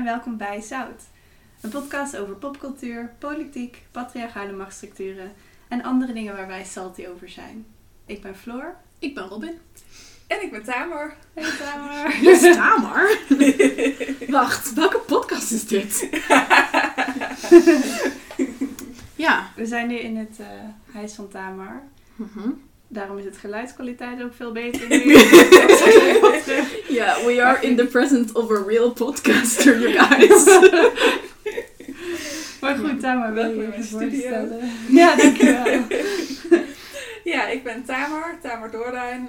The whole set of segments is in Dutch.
welkom bij Zout. Een podcast over popcultuur, politiek, patriarchale machtsstructuren en andere dingen waar wij salty over zijn. Ik ben Floor. Ik ben Robin. En ik ben Tamar. Hey Tamar. Wie is Tamar? Wacht, welke podcast is dit? Ja. We zijn nu in het huis van Tamar. Daarom is het geluidskwaliteit ook veel beter nu. Ja, we are in the presence of a real podcaster, you guys. Maar goed, Tamar, wil je Welkom je in mijn voorstellen? Ja, dankjewel. Ja, ik ben Tamar Doorduin.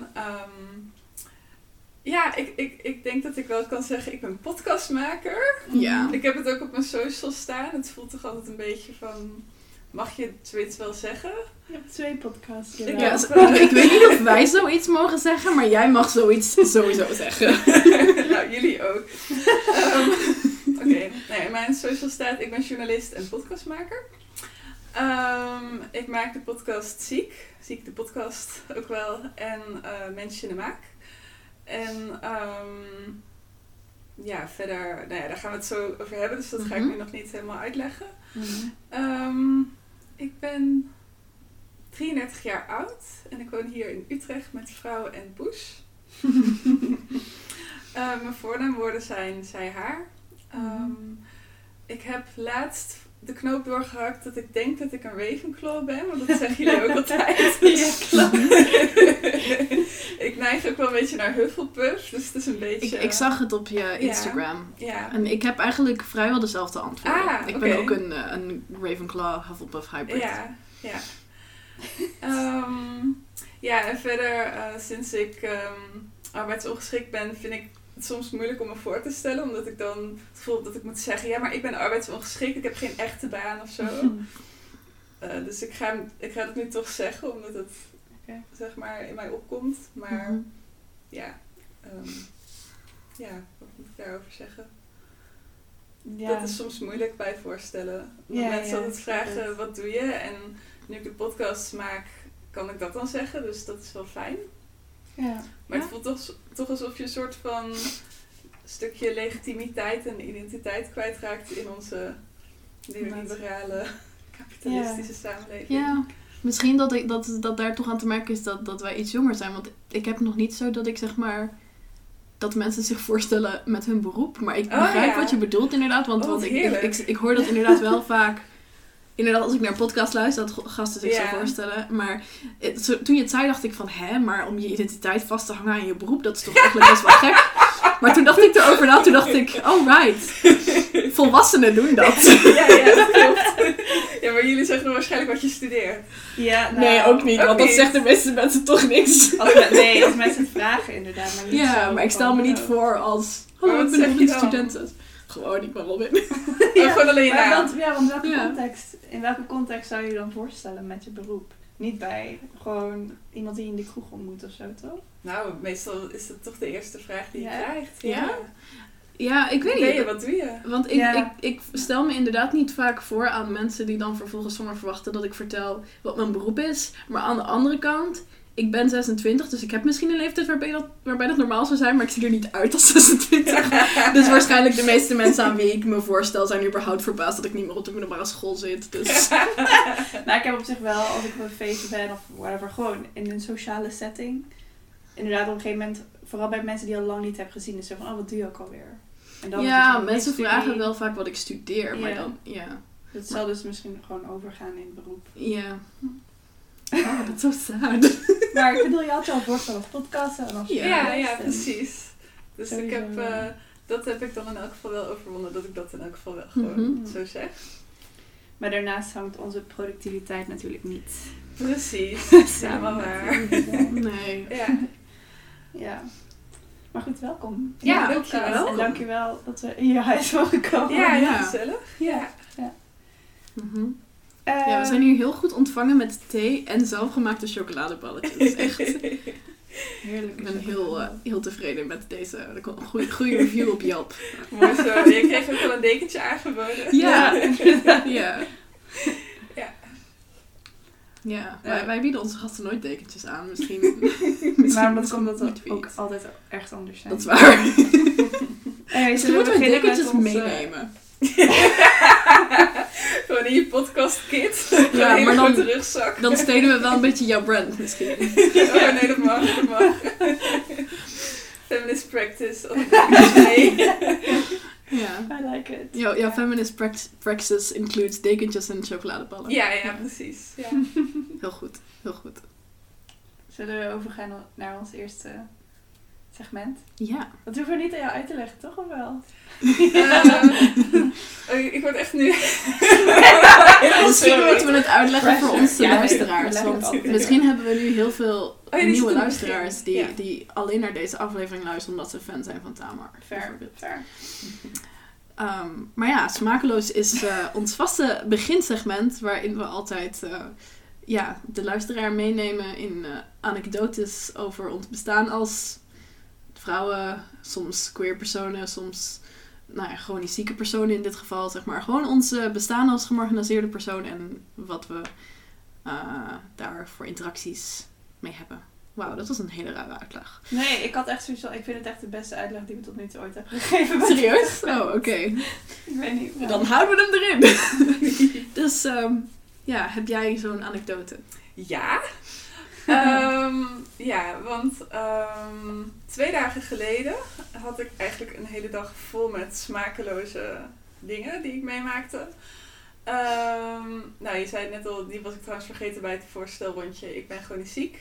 Ik denk dat ik wel kan zeggen, ik ben podcastmaker. Ja. Ik heb het ook op mijn socials staan. Het voelt toch altijd een beetje van, mag je zoiets wel zeggen? Je hebt 2 podcasts. Ik Ja, heb- ik weet niet of wij zoiets mogen zeggen, maar jij mag zoiets sowieso zeggen. Nou, jullie ook. Oké, in mijn social staat, ik ben journalist en podcastmaker. Ik maak de podcast Ziek de podcast ook wel, en Mensen in de Maak. En verder, daar gaan we het zo over hebben, dus dat ga ik nu nog niet helemaal uitleggen. Ik ben 33 jaar oud en ik woon hier in Utrecht met vrouw en poes. Mijn voornaamwoorden zijn zij, haar. Ik heb laatst de knoop doorgehakt dat ik denk dat ik een Ravenclaw ben, want dat zeggen jullie ook altijd. Ja, klopt. Ik neig ook wel een beetje naar Hufflepuff, dus het is een beetje... Ik zag het op je Instagram. Ja. En ik heb eigenlijk vrijwel dezelfde antwoorden. Ik ben oké. ook een Ravenclaw Hufflepuff hybrid. Ja. En verder, sinds ik arbeidsongeschikt ben, vind ik het soms moeilijk om me voor te stellen. Omdat ik dan het gevoel heb dat ik moet zeggen, ja, maar ik ben arbeidsongeschikt, ik heb geen echte baan of zo. Dus ik ga het nu toch zeggen, omdat het zeg maar in mij opkomt. Maar wat moet ik daarover zeggen? Ja. Dat is soms moeilijk bij voorstellen. Omdat mensen altijd vragen, wat doe je? En nu ik de podcast maak, kan ik dat dan zeggen. Dus dat is wel fijn. Ja. Maar het voelt toch alsof je een soort van stukje legitimiteit en identiteit kwijtraakt in onze neoliberale, kapitalistische samenleving. Ja, misschien dat daar toch aan te merken is dat wij iets jonger zijn. Want ik heb nog niet zo dat ik zeg maar... dat mensen zich voorstellen met hun beroep. Maar ik begrijp wat je bedoelt inderdaad. Want ik hoor dat inderdaad wel vaak... Inderdaad, als ik naar een podcast luister, dat gasten zich zo voorstellen. Maar toen je het zei, dacht ik van... maar om je identiteit vast te hangen aan je beroep, dat is toch eigenlijk best wel gek. Maar toen dacht ik erover na, toen dacht ik... Oh, right. Volwassenen doen dat. Ja, dat klopt. Ja, maar jullie zeggen waarschijnlijk wat je studeert. Ja, nou, Nee, ook niet. ook Want niet. dat zegt de meeste mensen toch niks. als mensen het vragen inderdaad. Maar niet Ja, zo maar ik stel van, me niet voor als... Hallo, Maar ik wat ben zeg Robin je dan? student. Gewoon, ik ben Robin. Gewoon alleen je Maar naam. want in welke context zou je je dan voorstellen met je beroep? Niet bij gewoon iemand die je in de kroeg ontmoet of zo, toch? Nou, meestal is dat toch de eerste vraag die je Ja? krijgt. Ja? Ja, ik weet Wat ben niet. je, wat doe je? Want ik stel me inderdaad niet vaak voor aan mensen die dan vervolgens van me verwachten dat ik vertel wat mijn beroep is. Maar aan de andere kant, ik ben 26, dus ik heb misschien een leeftijd waarbij dat normaal zou zijn, maar ik zie er niet uit als 26. Dus waarschijnlijk de meeste mensen aan wie ik me voorstel zijn überhaupt verbaasd dat ik niet meer op de middelbare school zit. Dus. Nou, ik heb op zich wel, als ik op een feestje ben of whatever, gewoon in een sociale setting. Inderdaad, op een gegeven moment, vooral bij mensen die je al lang niet hebt gezien, is zo van, wat doe je ook alweer? En dan Ja, mensen vragen wel vaak wat ik studeer, maar Ja. dan, ja. Het zal dus misschien gewoon overgaan in het beroep. Ja. Oh, dat is zo sad. Maar ik bedoel, je had je al voorstellen als podcasten en als Ja, en- precies. Dus Sowieso, ik heb, dat heb ik dan in elk geval wel overwonnen, dat ik dat in elk geval wel gewoon zo zeg. Maar daarnaast hangt onze productiviteit natuurlijk niet. Precies. Samen waar. Nee. Ja. Ja. Maar goed, welkom. Ja, de dankjewel. podcast. En dankjewel dat we in je huis mogen komen. Ja, gezellig. Ja. Ja, we zijn hier heel goed ontvangen met thee en zelfgemaakte chocoladeballetjes. Echt. Heerlijk. Ik ben heel tevreden met deze. Er komt een goede review op Yelp. Mooi zo. Je kreeg ook wel een dekentje aangeboden. Ja. inderdaad. Ja. Ja. Ja, wij bieden onze gasten nooit dekentjes aan. Misschien Maar dat komt dat niet we voor ook iets. altijd ergens anders zijn. Dat is waar. Misschien moeten we dekentjes meenemen. Gewoon in je podcastkit. Ja, een hele maar grote rugzak. Dan stelen we wel een beetje jouw brand misschien. Oh nee, dat mag. Feminist practice. Nee. Ja. I like it. Jouw feminist practice includes dekentjes en chocoladeballen. Ja, precies. Ja. Heel goed, heel goed. Zullen we overgaan naar ons eerste segment? Ja. Dat hoeven we niet aan jou uit te leggen, toch? Of wel? Ik word echt nu... Misschien moeten we het uitleggen voor onze Ja, luisteraars. we Want leggen misschien hebben we nu heel veel die nieuwe zitten luisteraars begin. die alleen naar deze aflevering luisteren omdat ze fan zijn van Tamar. Fair. Maar ja, Smakeloos is ons vaste beginsegment waarin we altijd de luisteraar meenemen in anekdotes over ons bestaan als vrouwen, soms queer personen, soms chronisch zieke personen in dit geval, zeg maar. Gewoon ons bestaan als gemarginaliseerde persoon en wat we daar voor interacties mee hebben. Wauw, dat was een hele rare uitleg. Nee, ik had echt zoiets van, ik vind het echt de beste uitleg die we tot nu toe ooit hebben gegeven. Serieus? Oh, oké. Ik weet niet. Ja. Dan houden we hem erin. Dus heb jij zo'n anekdote? Ja. Want 2 dagen geleden had ik eigenlijk een hele dag vol met smakeloze dingen die ik meemaakte. Je zei het net al, die was ik trouwens vergeten bij het voorstelrondje. Ik ben chronisch ziek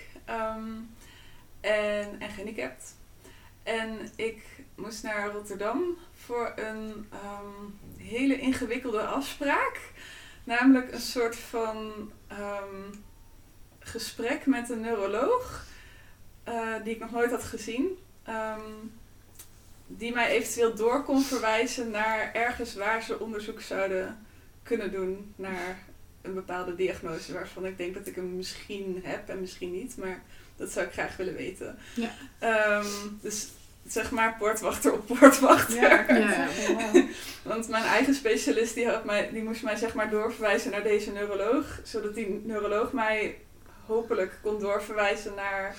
en gehandicapt. En ik moest naar Rotterdam voor een hele ingewikkelde afspraak. Namelijk een soort van gesprek met een neuroloog die ik nog nooit had gezien. Die mij eventueel door kon verwijzen naar ergens waar ze onderzoek zouden kunnen doen naar een bepaalde diagnose waarvan ik denk dat ik hem misschien heb en misschien niet, maar dat zou ik graag willen weten. Ja. Dus zeg maar poortwachter op poortwachter. Ja. Want mijn eigen specialist die moest mij zeg maar doorverwijzen naar deze neuroloog, zodat die neuroloog mij hopelijk kon doorverwijzen naar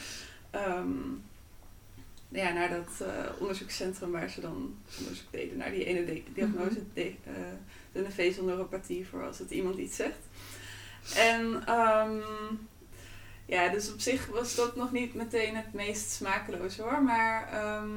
naar dat onderzoekscentrum waar ze dan onderzoek deden naar die ene diagnose, de vezelneuropathie, voor als het iemand iets zegt. En dus op zich was dat nog niet meteen het meest smakeloos hoor, maar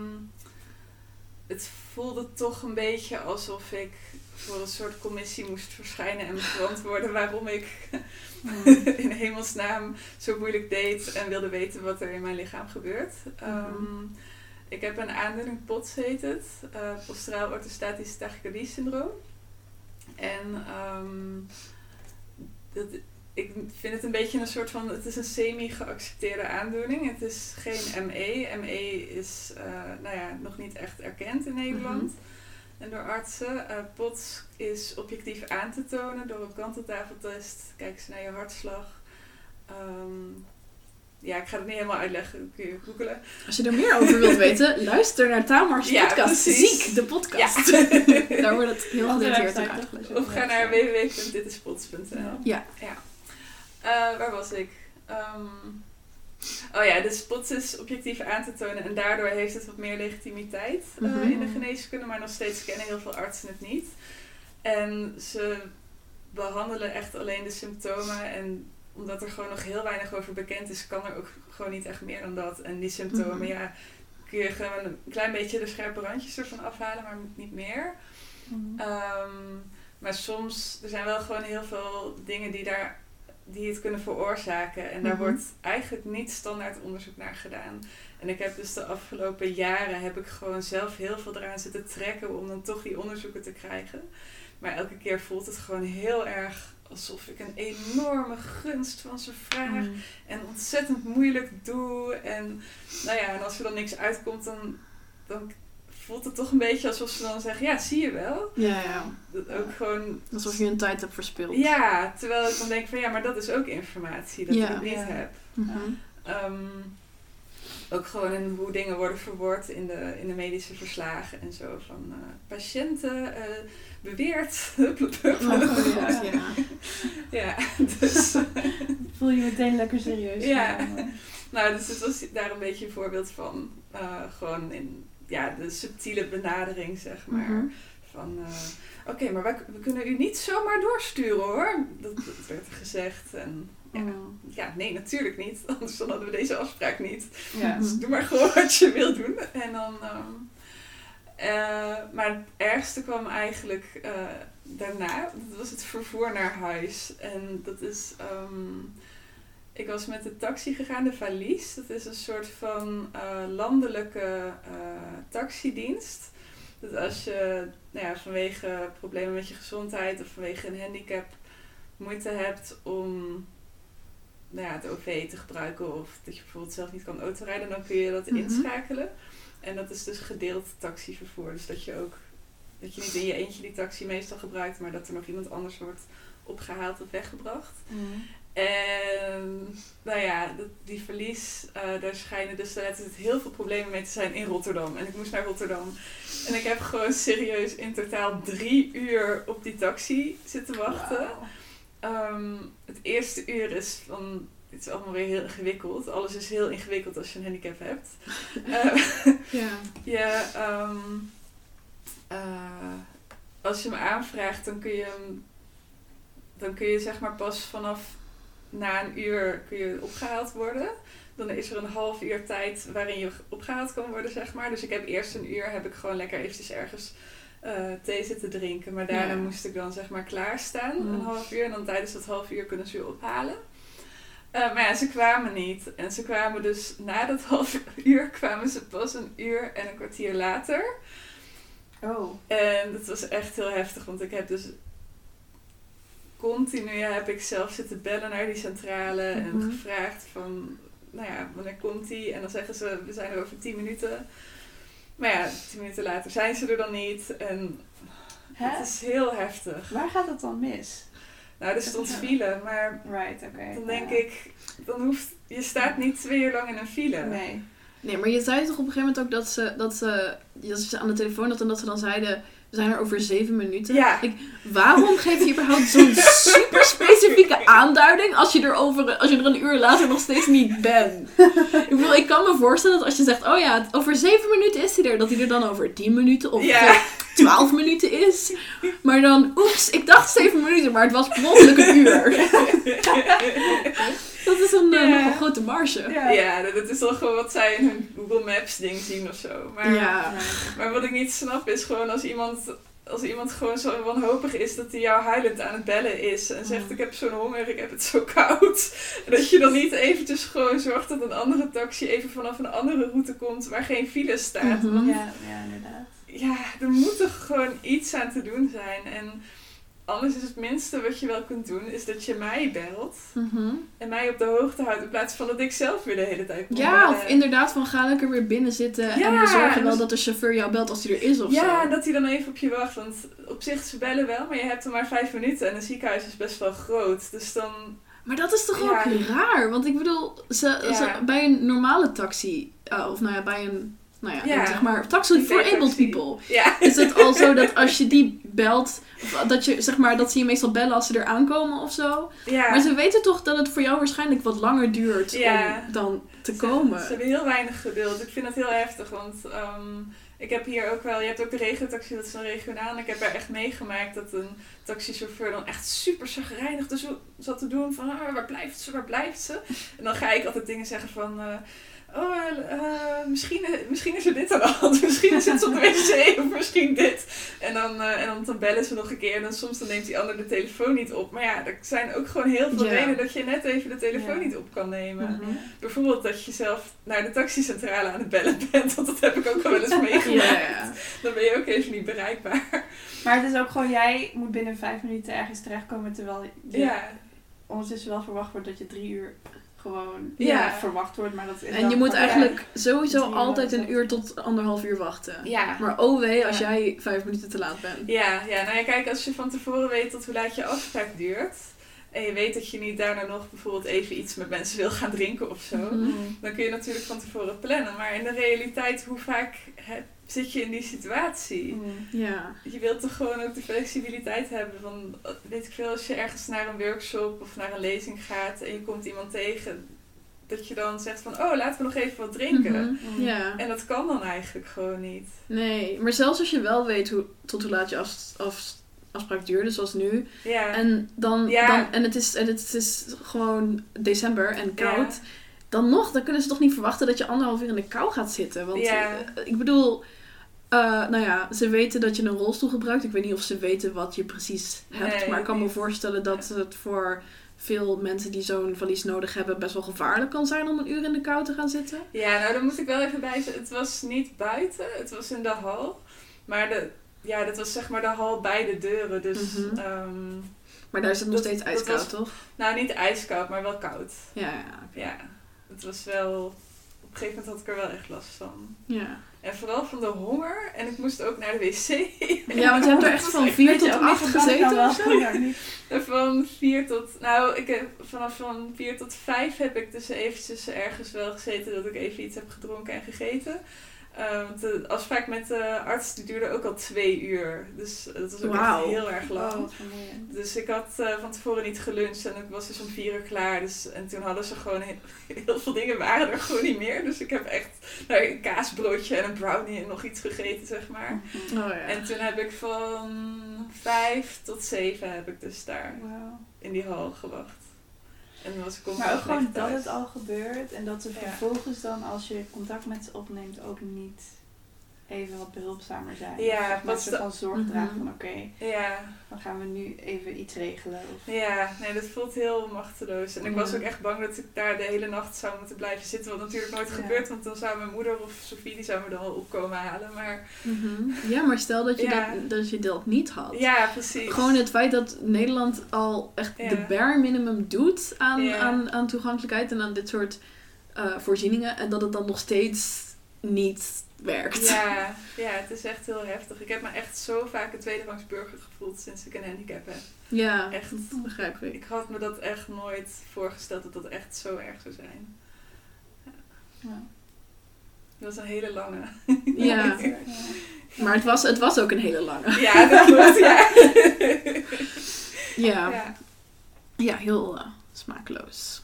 het voelde toch een beetje alsof ik voor een soort commissie moest verschijnen en me verantwoorden waarom ik in hemelsnaam zo moeilijk deed en wilde weten wat er in mijn lichaam gebeurt. Ik heb een aandoening, POTS heet het, posturaal orthostatisch tachykardie syndroom. En ik vind het een beetje een soort van, het is een semi-geaccepteerde aandoening. Het is geen ME. ME is nog niet echt erkend in Nederland en door artsen. POTS is objectief aan te tonen door een kanteltafeltest. Kijken ze naar je hartslag. Ik ga het niet helemaal uitleggen, kun je googelen. Als je er meer over wilt weten, luister naar Tamar's podcast. Precies. Ziek, de podcast. Ja. Daar wordt het heel gedetailleerd en uitgelegd. Of ga naar www.ditispods.nl. Ja. Waar was ik? Dus POTS is objectief aan te tonen en daardoor heeft het wat meer legitimiteit in de geneeskunde, maar nog steeds kennen heel veel artsen het niet. En ze behandelen echt alleen de symptomen en omdat er gewoon nog heel weinig over bekend is, kan er ook gewoon niet echt meer dan dat. En die symptomen, kun je gewoon een klein beetje de scherpe randjes ervan afhalen, maar niet meer. Maar soms, er zijn wel gewoon heel veel dingen die het kunnen veroorzaken. En daar wordt eigenlijk niet standaard onderzoek naar gedaan. En ik heb dus de afgelopen jaren gewoon zelf heel veel eraan zitten trekken om dan toch die onderzoeken te krijgen. Maar elke keer voelt het gewoon heel erg alsof ik een enorme gunst van ze vraag en ontzettend moeilijk doe. En en als er dan niks uitkomt, dan voelt het toch een beetje alsof ze dan zeggen, ja, zie je wel. Ja. Dat ook gewoon... Alsof je een tijd hebt verspild. Ja, terwijl ik dan denk van, ja, maar dat is ook informatie, dat ik het niet heb. Ook gewoon in hoe dingen worden verwoord in de medische verslagen en zo. Van patiënten beweert. Ja, dus... Voel je meteen lekker serieus. Ja. Dus het was daar een beetje een voorbeeld van. Gewoon de subtiele benadering, zeg maar. Mhm. Van, oké, maar we kunnen u niet zomaar doorsturen hoor. Dat werd er gezegd. En nee, natuurlijk niet. Anders dan hadden we deze afspraak niet. Ja. Dus doe maar gewoon wat je wil doen. En dan, maar het ergste kwam eigenlijk daarna. Dat was het vervoer naar huis. En dat is... ik was met de taxi gegaan, de Valies. Dat is een soort van landelijke taxidienst. Dat als je vanwege problemen met je gezondheid of vanwege een handicap moeite hebt om het OV te gebruiken of dat je bijvoorbeeld zelf niet kan autorijden, dan kun je dat inschakelen. En dat is dus gedeeld taxivervoer. Dus dat je niet in je eentje die taxi meestal gebruikt, maar dat er nog iemand anders wordt opgehaald of weggebracht. En die Valies, daar schijnen dus heel veel problemen mee te zijn in Rotterdam. En ik moest naar Rotterdam. En ik heb gewoon serieus in totaal 3 uur op die taxi zitten wachten. Wow. Het eerste uur is van... Het is allemaal weer heel ingewikkeld. Alles is heel ingewikkeld als je een handicap hebt. Als je hem aanvraagt, dan kun je zeg maar pas vanaf na een uur kun je opgehaald worden. Dan is er een half uur tijd waarin je opgehaald kan worden, zeg maar. Dus ik heb eerst een uur gewoon lekker eventjes ergens thee zitten drinken. Maar daarna moest ik dan zeg maar klaarstaan, een half uur. En dan tijdens dat half uur kunnen ze je ophalen. Maar ze kwamen niet. En ze kwamen dus na dat half uur kwamen ze pas een uur en een kwartier later. Oh. En dat was echt heel heftig, want ik heb dus continu heb ik zelf zitten bellen naar die centrale en gevraagd van, wanneer komt die? En dan zeggen ze, we zijn er over 10 minuten. Maar 10 minuten later zijn ze er dan niet. En het is heel heftig. Waar gaat het dan mis? Nou, er stond file, maar dan denk ik, je staat niet 2 uur lang in een file. Nee, maar je zei toch op een gegeven moment ook dat ze aan de telefoon hadden en dat ze dan zeiden, we zijn er over 7 minuten. Ja. Waarom geef je überhaupt zo'n super specifieke aanduiding als je er een uur later nog steeds niet bent? Ik bedoel, ik kan me voorstellen dat als je zegt, over 7 minuten is hij er, dat hij er dan over 10 minuten of 12 minuten is. Maar dan, oeps, ik dacht 7 minuten, maar het was per ongeluk een uur. Dat is nog een grote marge. Ja, dat is dan gewoon wat zij in hun Google Maps ding zien of zo. Maar wat ik niet snap is gewoon als iemand gewoon zo wanhopig is dat hij jou huilend aan het bellen is en zegt ik heb zo'n honger, ik heb het zo koud. En dat je dan niet eventjes gewoon zorgt dat een andere taxi even vanaf een andere route komt waar geen file staat. Want, ja, inderdaad. Ja, er moet toch gewoon iets aan te doen zijn. En anders is het minste wat je wel kunt doen, is dat je mij belt en mij op de hoogte houdt in plaats van dat ik zelf weer de hele tijd moet bellen. Of inderdaad van ga lekker weer binnen zitten en we zorgen wel dat de chauffeur jou belt als hij er is of zo. Ja, en dat hij dan even op je wacht, want op zich ze bellen wel, maar je hebt er maar 5 minuten en een ziekenhuis is best wel groot, dus dan... Maar dat is toch ook raar, want ik bedoel, bij een normale taxi, bij een... zeg maar, taxi for abled people. Ja. Is het al zo dat als je die belt, dat ze je meestal bellen als ze er aankomen of zo. Ja. Maar ze weten toch dat het voor jou waarschijnlijk wat langer duurt om dan te komen. Ze hebben heel weinig geduld. Ik vind het heel heftig, want ik heb hier ook wel, je hebt ook de regiotaxi, dat is dan regionaal. En ik heb er echt meegemaakt dat een taxichauffeur dan echt super chagrijnig zat te doen van, waar blijft ze? En dan ga ik altijd dingen zeggen van... misschien is er dit aan de hand. Misschien zit ze op de wc of misschien dit. En dan bellen ze nog een keer. En dan soms neemt die ander de telefoon niet op. Maar ja, er zijn ook gewoon heel veel redenen dat je net even de telefoon niet op kan nemen. Bijvoorbeeld dat je zelf naar de taxicentrale aan het bellen bent. Want dat heb ik ook wel eens meegemaakt. Dan ben je ook even niet bereikbaar. Maar het is ook gewoon, jij moet binnen 5 minuten ergens terechtkomen. Terwijl je ondertussen wel verwacht wordt dat je 3 uur... gewoon verwacht wordt, maar dat is en je moet eigenlijk sowieso altijd een uur tot 1,5 uur wachten. Ja. Maar oh wee, als jij 5 minuten te laat bent. Ja, kijk, als je van tevoren weet tot hoe laat je afspraak duurt en je weet dat je niet daarna nog bijvoorbeeld even iets met mensen wil gaan drinken of zo, dan kun je natuurlijk van tevoren plannen. Maar in de realiteit, hoe vaak zit je in die situatie? Ja. Je wilt toch gewoon ook de flexibiliteit hebben van, weet ik veel, als je ergens naar een workshop of naar een lezing gaat en je komt iemand tegen dat je dan zegt van, oh, laten we nog even wat drinken. Ja. En dat kan dan eigenlijk gewoon niet. Nee, maar zelfs als je wel weet tot hoe laat je afspraak duurde, zoals nu. Ja. En en het is gewoon december en koud. Ja. Dan kunnen ze toch niet verwachten dat je 1,5 uur in de kou gaat zitten. Want ik bedoel, ze weten dat je een rolstoel gebruikt. Ik weet niet of ze weten wat je precies hebt. Nee, maar ik kan me voorstellen dat het voor veel mensen die zo'n valies nodig hebben best wel gevaarlijk kan zijn om 1 uur in de kou te gaan zitten. Ja, nou dan moet ik wel even bij zeggen. Het was niet buiten, het was in de hal. Maar dat was zeg maar de hal bij de deuren. Dus, maar daar is het nog steeds ijskoud, toch? Nou, niet ijskoud, maar wel koud. Ja, okay. Ja, het was wel... Op een gegeven moment had ik er wel echt last van. Ja. En vooral van de honger. En ik moest ook naar de wc. Ja, want je hebt er echt van 4 tot 8 gezeten of zo? Van 4 tot... Nou, ik heb vanaf 4 tot 5 heb ik dus eventjes ergens wel gezeten dat ik even iets heb gedronken en gegeten. De afspraak met de arts die duurde ook al 2 uur. Dus dat was ook echt heel erg lang. Dus ik had van tevoren niet geluncht en ik was dus om 4 uur klaar. En toen hadden ze gewoon heel veel dingen waren er gewoon niet meer. Dus ik heb echt een kaasbroodje en een brownie en nog iets gegeten, zeg maar. Oh, ja. En toen heb ik van 5 tot 7 heb ik dus daar in die hal gewacht. En dan was ik maar ook gewoon dat het al gebeurt en dat ze vervolgens dan als je contact met ze opneemt ook niet even wat behulpzamer zijn. Ja, wat ze van zorg dragen van dan gaan we nu even iets regelen. Of... Ja, nee, dat voelt heel machteloos. En ik was ook echt bang dat ik daar de hele nacht zou moeten blijven zitten. Wat natuurlijk nooit gebeurt, want dan zou mijn moeder of Sophie, die zou me dan wel opkomen halen. Maar... Ja, maar stel dat je dat niet had. Ja, precies. Gewoon het feit dat Nederland al echt de bare minimum doet aan toegankelijkheid en aan dit soort voorzieningen. En dat het dan nog steeds niet werkt. Ja, het is echt heel heftig. Ik heb me echt zo vaak een tweederangs burger gevoeld sinds ik een handicap heb. Ja, echt, dat begrijp ik. Ik had me dat echt nooit voorgesteld dat dat echt zo erg zou zijn. Ja. Dat was een hele lange. Ja. Maar het was ook een hele lange. Ja, dat klopt, Ja, heel smakeloos.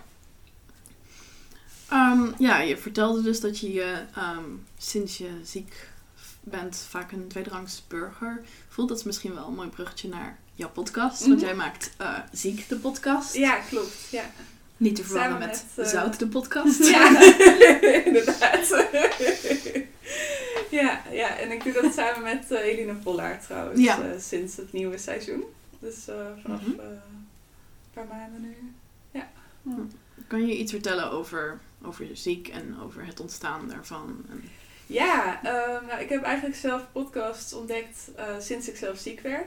Ja. Je vertelde dus dat je sinds je ziek bent vaak een tweederangs burger voelt. Dat is misschien wel een mooi bruggetje naar jouw podcast. Want jij maakt Ziek de podcast. Ja, klopt. Ja. Niet te verwarren met Zout de podcast. Ja, inderdaad. ja, en ik doe dat samen met Eline Pollaert trouwens. Sinds het nieuwe seizoen. Dus vanaf een paar maanden nu. Ja. Kan je iets vertellen over Ziek en over het ontstaan daarvan? Ja, nou, ik heb eigenlijk zelf podcasts ontdekt sinds ik zelf ziek werd.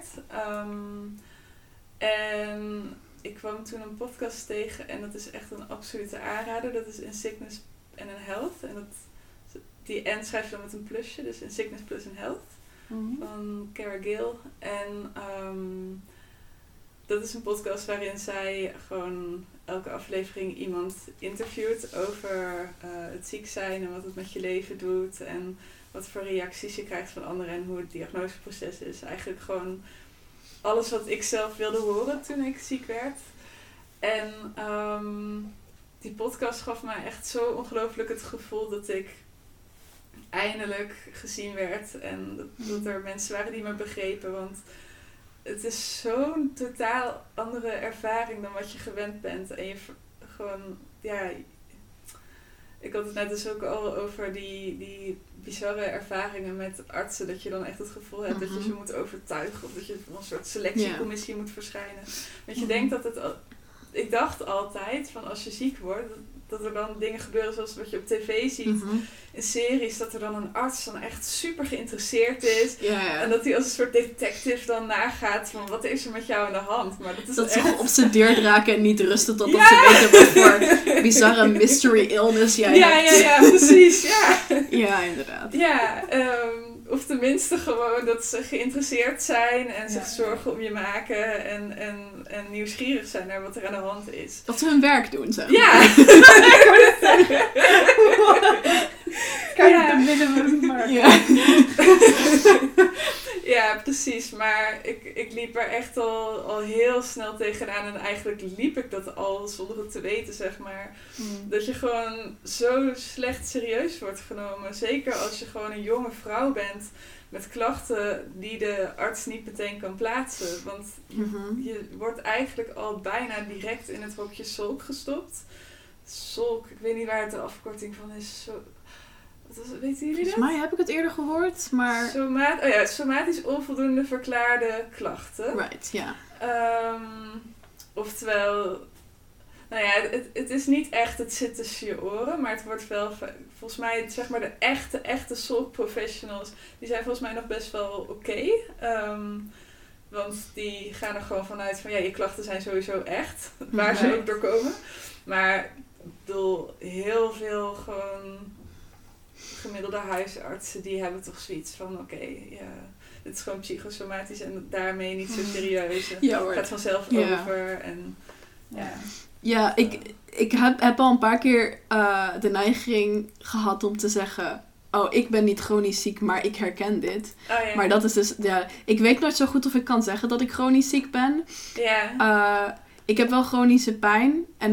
En ik kwam toen een podcast tegen en dat is echt een absolute aanrader. Dat is In Sickness and in Health. En die N schrijf je dan met een plusje, dus In Sickness plus in Health. Van Cara Gale. En dat is een podcast waarin zij gewoon elke aflevering iemand interviewt over het ziek zijn en wat het met je leven doet en wat voor reacties je krijgt van anderen en hoe het diagnoseproces is. Eigenlijk gewoon alles wat ik zelf wilde horen toen ik ziek werd. En die podcast gaf mij echt zo ongelooflijk het gevoel dat ik eindelijk gezien werd en dat er mensen waren die me begrepen, want het is zo'n totaal andere ervaring dan wat je gewend bent. En je gewoon, ik had het net dus ook al over die bizarre ervaringen met artsen. Dat je dan echt het gevoel hebt dat je ze moet overtuigen. Of dat je voor een soort selectiecommissie moet verschijnen. Want je denkt dat ik dacht altijd van als je ziek wordt, dat er dan dingen gebeuren zoals wat je op tv ziet. In series, dat er dan een arts dan echt super geïnteresseerd is. Ja. En dat hij als een soort detective dan nagaat van wat is er met jou aan de hand. Maar dat is echt... ze geobsedeerd raken en niet rusten totdat ze weten wat voor bizarre mystery illness jij hebt. Ja, precies. Ja, ja inderdaad. Ja, of tenminste gewoon dat ze geïnteresseerd zijn en zich zorgen om je maken en nieuwsgierig zijn naar wat er aan de hand is. Dat ze hun werk doen, zeg. Ja! Kan je het minimum, maar... Ja, precies. Maar ik liep er echt al heel snel tegenaan. En eigenlijk liep ik dat al zonder het te weten, zeg maar. Dat je gewoon zo slecht serieus wordt genomen. Zeker als je gewoon een jonge vrouw bent met klachten die de arts niet meteen kan plaatsen. Want je wordt eigenlijk al bijna direct in het hokje SOLK gestopt. SOLK, ik weet niet waar het de afkorting van is. Weten jullie dat? Volgens mij heb ik het eerder gehoord, maar... Somatisch onvoldoende verklaarde klachten. Right, ja. Oftewel, nou ja, het is niet echt het zit tussen je oren, maar het wordt wel, volgens mij, zeg maar de echte SOLK professionals, die zijn volgens mij nog best wel oké. Want die gaan er gewoon vanuit van, ja, je klachten zijn sowieso echt, waar ze ook door komen. Maar ik bedoel, heel veel gewoon gemiddelde huisartsen, die hebben toch zoiets van, oké, dit is gewoon psychosomatisch en daarmee niet zo serieus. Het gaat vanzelf over. En, ja, ik heb al een paar keer de neiging gehad om te zeggen, oh, ik ben niet chronisch ziek, maar ik herken dit. Oh, ja. Maar dat is dus, ik weet nooit zo goed of ik kan zeggen dat ik chronisch ziek ben. Ja. Ik heb wel chronische pijn en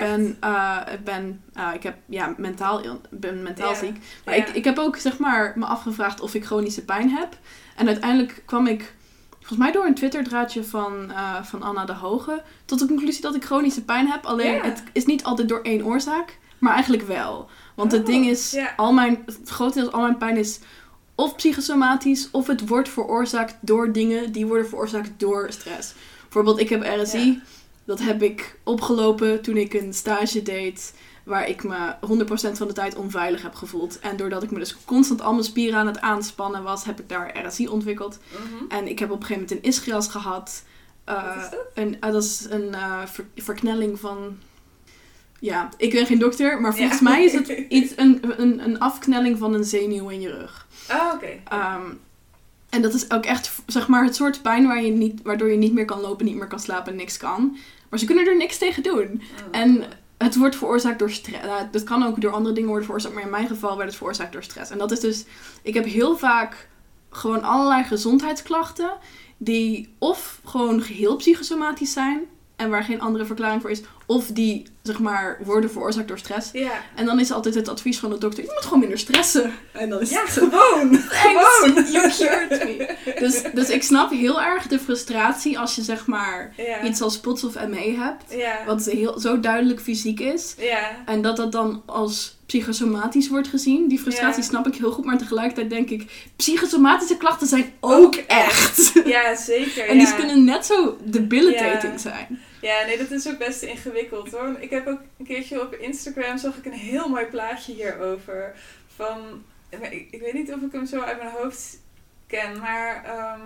ik ben mentaal ziek. Maar ik heb ook, zeg maar, me afgevraagd of ik chronische pijn heb. En uiteindelijk kwam ik, volgens mij door een Twitter-draadje van Anna de Hoge, tot de conclusie dat ik chronische pijn heb. Alleen het is niet altijd door één oorzaak, maar eigenlijk wel. Want het ding is, grotendeels al mijn pijn is of psychosomatisch, of het wordt veroorzaakt door dingen die worden veroorzaakt door stress. Bijvoorbeeld, ik heb RSI. Ja. Dat heb ik opgelopen toen ik een stage deed waar ik me 100% van de tijd onveilig heb gevoeld. En doordat ik me dus constant al mijn spieren aan het aanspannen was, heb ik daar RSI ontwikkeld. En ik heb op een gegeven moment een ischias gehad. Wat is dat? Dat is een verknelling van... Ja, ik ben geen dokter, maar volgens mij is het een afknelling van een zenuw in je rug. Oh, oké. En dat is ook echt, zeg maar, het soort pijn waardoor je niet meer kan lopen, niet meer kan slapen, niks kan. Maar ze kunnen er niks tegen doen. En het wordt veroorzaakt door stress. Dat kan ook door andere dingen worden veroorzaakt, maar in mijn geval werd het veroorzaakt door stress. En dat is dus, ik heb heel vaak gewoon allerlei gezondheidsklachten die of gewoon geheel psychosomatisch zijn en waar geen andere verklaring voor is, of die, zeg maar, worden veroorzaakt door stress. Ja. En dan is altijd het advies van de dokter, je moet gewoon minder stressen. En dan is het gewoon! Gewoon! You cured me. Dus ik snap heel erg de frustratie als je, zeg maar, iets als POTS of ME hebt. Wat zo duidelijk fysiek is. En dat dan als psychosomatisch wordt gezien. Die frustratie snap ik heel goed, maar tegelijkertijd denk ik, psychosomatische klachten zijn ook echt. Ja, zeker. En die kunnen net zo debilitating zijn. Ja, nee, dat is ook best ingewikkeld hoor. Ik heb ook een keertje op Instagram, zag ik een heel mooi plaatje hierover. Ik weet niet of ik hem zo uit mijn hoofd ken, maar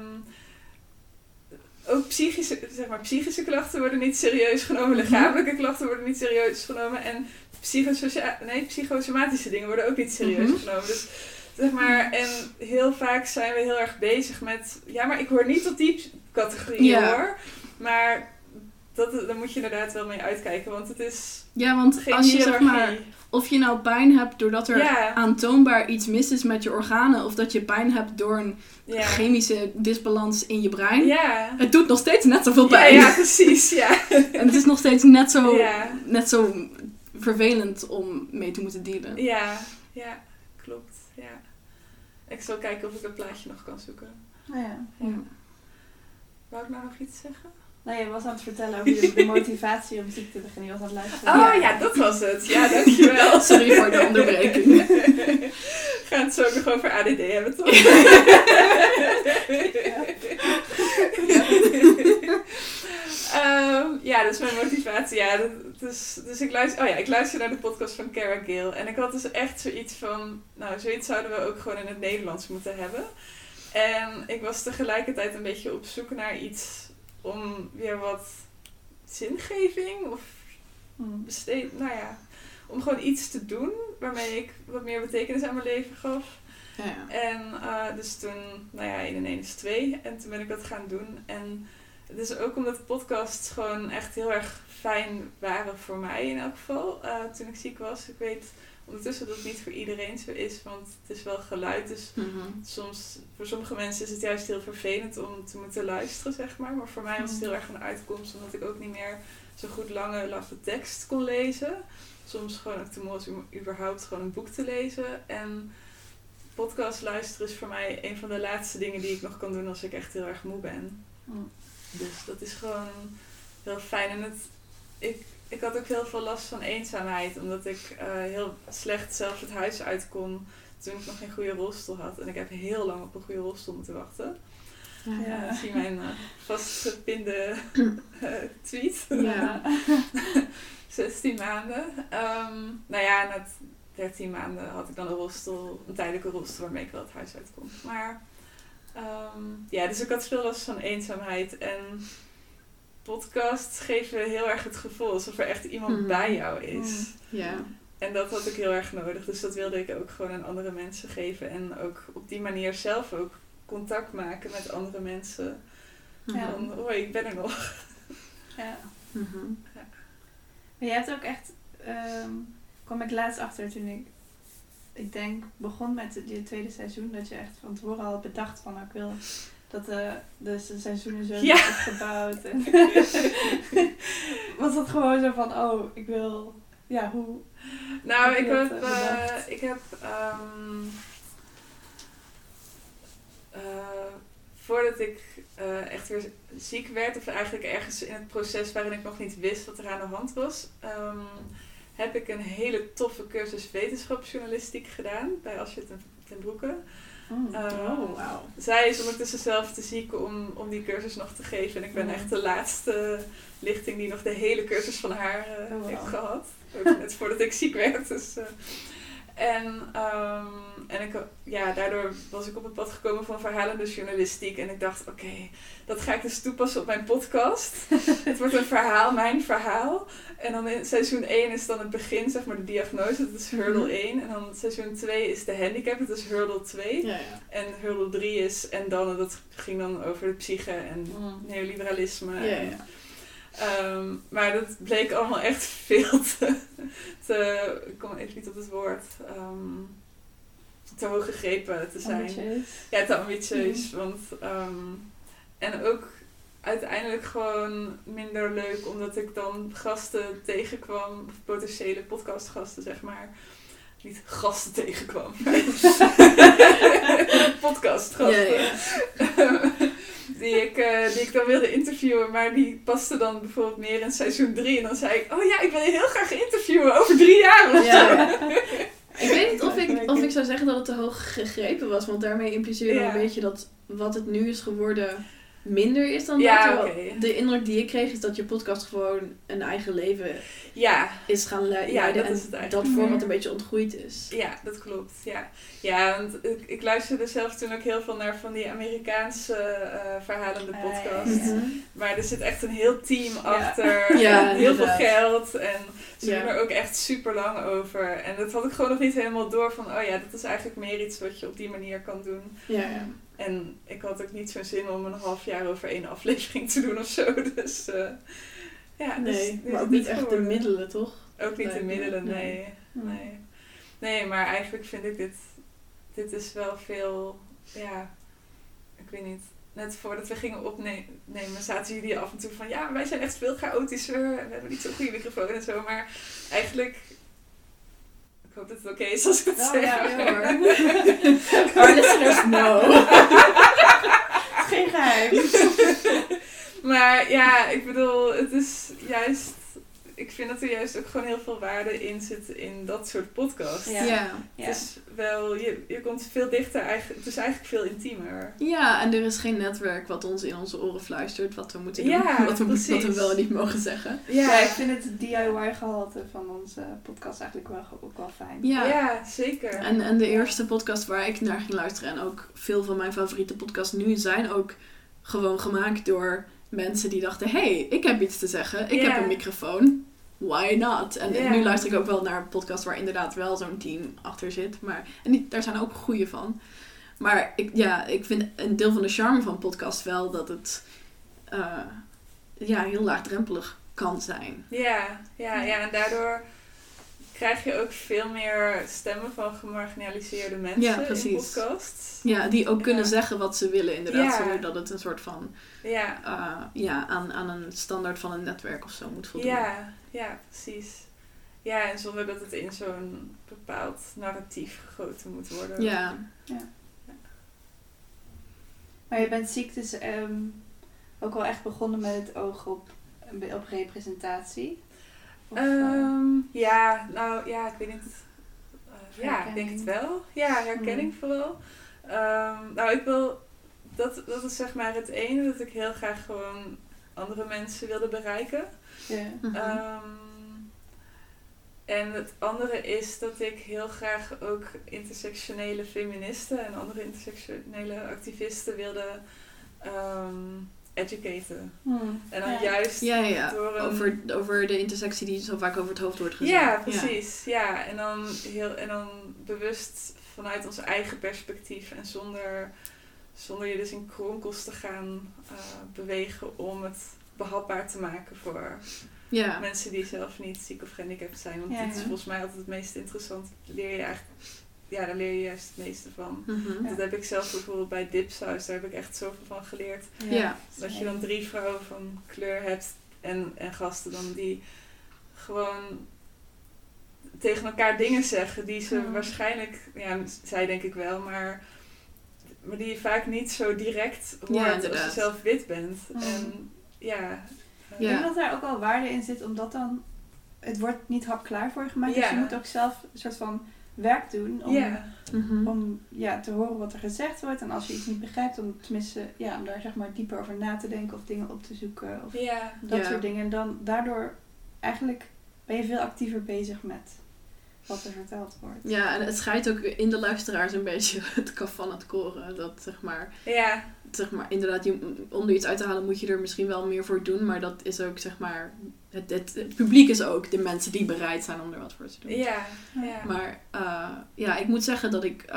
ook psychische klachten worden niet serieus genomen. Lichamelijke klachten worden niet serieus genomen. En psychosomatische dingen worden ook niet serieus genomen. Dus zeg maar, en heel vaak zijn we heel erg bezig met, ja, maar ik hoor niet tot die categorie hoor. Maar daar moet je inderdaad wel mee uitkijken, want het is want geen als je, hiërarchie. zeg maar, of je nou pijn hebt doordat er aantoonbaar iets mis is met je organen, of dat je pijn hebt door een chemische disbalans in je brein. Ja. Het doet nog steeds net zoveel pijn. Ja, precies, En het is nog steeds net zo vervelend om mee te moeten dealen. Ja, klopt. Ja. Ik zal kijken of ik een plaatje nog kan zoeken. Wou ik nou nog iets zeggen? Nee, je was aan het vertellen over de motivatie om ziek te beginnen. Je was aan het luisteren. Oh ja, dat was het. Ja, dankjewel. Sorry voor de onderbreking. We gaan het zo nog over ADD hebben, toch? Dat is mijn motivatie. Ja, dus ik luister naar de podcast van Cara Gale. En ik had dus echt zoiets van, nou, zoiets zouden we ook gewoon in het Nederlands moeten hebben. En ik was tegelijkertijd een beetje op zoek naar iets om weer wat zingeving of om gewoon iets te doen waarmee ik wat meer betekenis aan mijn leven gaf. Ja. En dus toen, in een 1 is 2 en toen ben ik dat gaan doen. En het is ook omdat podcasts gewoon echt heel erg fijn waren voor mij in elk geval, toen ik ziek was. Ik weet ondertussen dat het niet voor iedereen zo is, want het is wel geluid. Dus soms, voor sommige mensen is het juist heel vervelend om te moeten luisteren, zeg maar. Maar voor mij was het heel erg een uitkomst, omdat ik ook niet meer zo goed laffe tekst kon lezen. Soms gewoon ook te moe was om überhaupt gewoon een boek te lezen. En podcast luisteren is voor mij een van de laatste dingen die ik nog kan doen als ik echt heel erg moe ben. Dus dat is gewoon heel fijn. En ik had ook heel veel last van eenzaamheid, omdat ik heel slecht zelf het huis uit kon toen ik nog geen goede rolstoel had. En ik heb heel lang op een goede rolstoel moeten wachten. Ja. Zie mijn vastgepinde tweet. Ja. 16 maanden. Na 13 maanden had ik dan een tijdelijke rolstoel waarmee ik wel het huis uit kon. Maar dus ik had veel last van eenzaamheid. En podcasts geven heel erg het gevoel alsof er echt iemand bij jou is. Ja. En dat had ik heel erg nodig. Dus dat wilde ik ook gewoon aan andere mensen geven. En ook op die manier zelf ook contact maken met andere mensen. Ja. Van, hoi, ik ben er nog. Ja. Mm-hmm. Ja. Maar je hebt ook echt... kwam ik laatst achter toen ik denk begon met je tweede seizoen. Dat je echt van tevoren al bedacht van ik wil dat de seizoenen zo zijn opgebouwd. En was dat gewoon zo van ik wil... Ja, hoe... Nou, ik heb voordat ik echt weer ziek werd, of eigenlijk ergens in het proces waarin ik nog niet wist wat er aan de hand was, heb ik een hele toffe cursus wetenschapsjournalistiek gedaan bij Asje ten Broeke. Wow. Zij is ondertussen zelf te ziek om die cursus nog te geven. En ik ben echt de laatste lichting die nog de hele cursus van haar heeft gehad. Ook net voordat ik ziek werd. Dus, daardoor was ik op het pad gekomen van verhalende journalistiek. En ik dacht, oké, dat ga ik dus toepassen op mijn podcast. Het wordt een verhaal, mijn verhaal. En dan in seizoen 1 is dan het begin, zeg maar, de diagnose. Dat is hurdle 1. En dan seizoen 2 is de handicap. Dat is hurdle 2. Ja. En hurdle 3 is... En dan, dat ging dan over de psyche en neoliberalisme. Ja. Maar dat bleek allemaal echt veel te ik kom even niet op het woord, te hoog gegrepen te zijn. Ambitieus. Ja, te ambitieus. Want, en ook uiteindelijk gewoon minder leuk, omdat ik dan gasten tegenkwam, of potentiële podcastgasten, zeg maar. Niet gasten tegenkwam. Podcastgasten. Ja. Die ik dan wilde interviewen, maar die paste dan bijvoorbeeld meer in seizoen 3. En dan zei ik, ik wil je heel graag interviewen over 3 jaar of zo. Ik weet niet of ik zou zeggen dat het te hoog gegrepen was, want daarmee impliceer je een beetje dat wat het nu is geworden minder is dan dat. Okay. De indruk die ik kreeg is dat je podcast gewoon een eigen leven is gaan leiden en dat format een beetje ontgroeid is. Ja, dat klopt. Ja, want ik luisterde zelf toen ook heel veel naar van die Amerikaanse verhalende podcasts. Maar er zit echt een heel team achter. Ja, heel veel geld. En ze doen er ook echt super lang over. En dat had ik gewoon nog niet helemaal door van, dat is eigenlijk meer iets wat je op die manier kan doen. Ja. En ik had ook niet zo'n zin om een half jaar over 1 aflevering te doen of zo. Dus nee, maar ook niet echt de middelen, toch? Ook niet de middelen, nee, maar eigenlijk vind ik dit is wel veel, ik weet niet. Net voordat we gingen opnemen zaten jullie af en toe van, wij zijn echt veel chaotischer en we hebben niet zo'n goede microfoon en zo, maar eigenlijk... Ik hoop dat het oké is als ik het zeg. Ja, hoor. Our listeners know. Geen geheim. Maar ik bedoel, het is juist... Ik vind dat er juist ook gewoon heel veel waarde in zit in dat soort podcasts. Ja. Het is wel... Je komt veel dichter, het is eigenlijk veel intiemer. Ja, en er is geen netwerk wat ons in onze oren fluistert wat we moeten doen. Wat we wel en niet mogen zeggen. Ja, ik vind het DIY-gehalte van onze podcast eigenlijk ook wel fijn. Ja, zeker. En de eerste podcast waar ik naar ging luisteren en ook veel van mijn favoriete podcasts nu zijn ook gewoon gemaakt door mensen die dachten, hey, ik heb iets te zeggen. Ik heb een microfoon. Why not? En nu luister ik ook wel naar een podcast waar inderdaad wel zo'n team achter zit. Daar zijn ook goeie van. Maar ik vind een deel van de charme van podcast wel dat het heel laagdrempelig kan zijn. Ja, en daardoor krijg je ook veel meer stemmen van gemarginaliseerde mensen in podcasts. Ja, die ook kunnen zeggen wat ze willen inderdaad. Zonder dat het een soort van aan een standaard van een netwerk of zo moet voldoen. Ja, precies. Ja, en zonder dat het in zo'n bepaald narratief gegoten moet worden. Ja. Maar je bent ziek dus ook wel echt begonnen met het oog op representatie? Ik weet niet. Ik denk het wel. Ja, herkenning vooral. Dat is zeg maar het ene, dat ik heel graag gewoon andere mensen wilde bereiken. En het andere is dat ik heel graag ook intersectionele feministen en andere intersectionele activisten wilde educaten. En dan juist door over de intersectie die zo vaak over het hoofd wordt gezet. Ja, precies. Ja. En dan bewust vanuit ons eigen perspectief en zonder je dus in kronkels te gaan bewegen om het behapbaar te maken voor mensen die zelf niet ziek of gehandicapt zijn. Want dit is volgens mij altijd het meest interessant. Daar leer je juist het meeste van. Dat heb ik zelf bijvoorbeeld bij Dipsaus, daar heb ik echt zoveel van geleerd. Dat je dan 3 vrouwen van kleur hebt en gasten dan die gewoon tegen elkaar dingen zeggen die ze waarschijnlijk, zij denk ik wel, maar die je vaak niet zo direct hoort als je zelf wit bent. En ik denk dat daar ook wel waarde in zit, omdat dan het wordt niet hapklaar voor je gemaakt. Dus je moet ook zelf een soort van werk doen om te horen wat er gezegd wordt. En als je iets niet begrijpt, om tenminste om daar zeg maar dieper over na te denken of dingen op te zoeken of dat soort dingen. En dan daardoor eigenlijk ben je veel actiever bezig met wat er verteld wordt. Ja, en het scheidt ook in de luisteraars een beetje het kaf van het koren. Dat zeg maar inderdaad, om er iets uit te halen moet je er misschien wel meer voor doen. Maar dat is ook zeg maar, het publiek is ook de mensen die bereid zijn om er wat voor te doen. Maar ik moet zeggen dat ik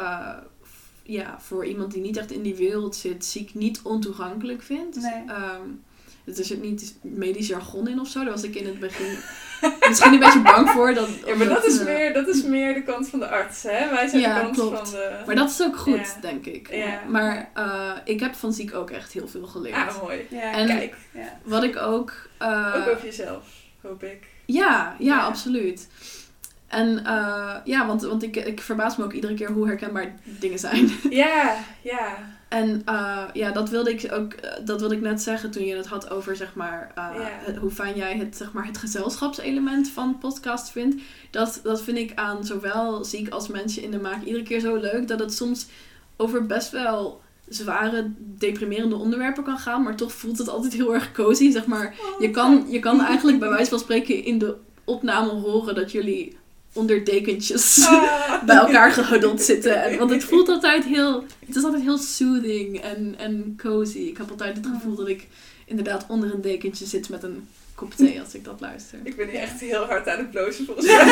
voor iemand die niet echt in die wereld zit, ziek niet ontoegankelijk vind. Nee. Er zit niet medisch jargon in of zo. Daar was ik in het begin misschien een beetje bang voor. Maar dat is meer de kant van de arts, hè? Wij zijn de kant van de... Maar dat is ook goed, denk ik. Ja. Maar ik heb van ziek ook echt heel veel geleerd. Ah, mooi. Ja. En kijk. Wat ik ook... ook over jezelf, hoop ik. Ja, absoluut. En want ik verbaas me ook iedere keer hoe herkenbaar dingen zijn. Ja. En dat wilde ik net zeggen toen je het had over zeg maar hoe fijn jij het zeg maar het gezelschapselement van podcast vindt. Dat vind ik aan zowel ziek als mensen in de maak iedere keer zo leuk dat het soms over best wel zware, deprimerende onderwerpen kan gaan, maar toch voelt het altijd heel erg cozy, zeg maar. Je kan eigenlijk bij wijze van spreken in de opname horen dat jullie onder dekentjes bij elkaar gehuddeld zitten. Want het voelt altijd het is altijd heel soothing en cozy. Ik heb altijd het gevoel dat ik inderdaad onder een dekentje zit met een kop thee als ik dat luister. Ik ben hier echt heel hard aan het blozen volgens mij.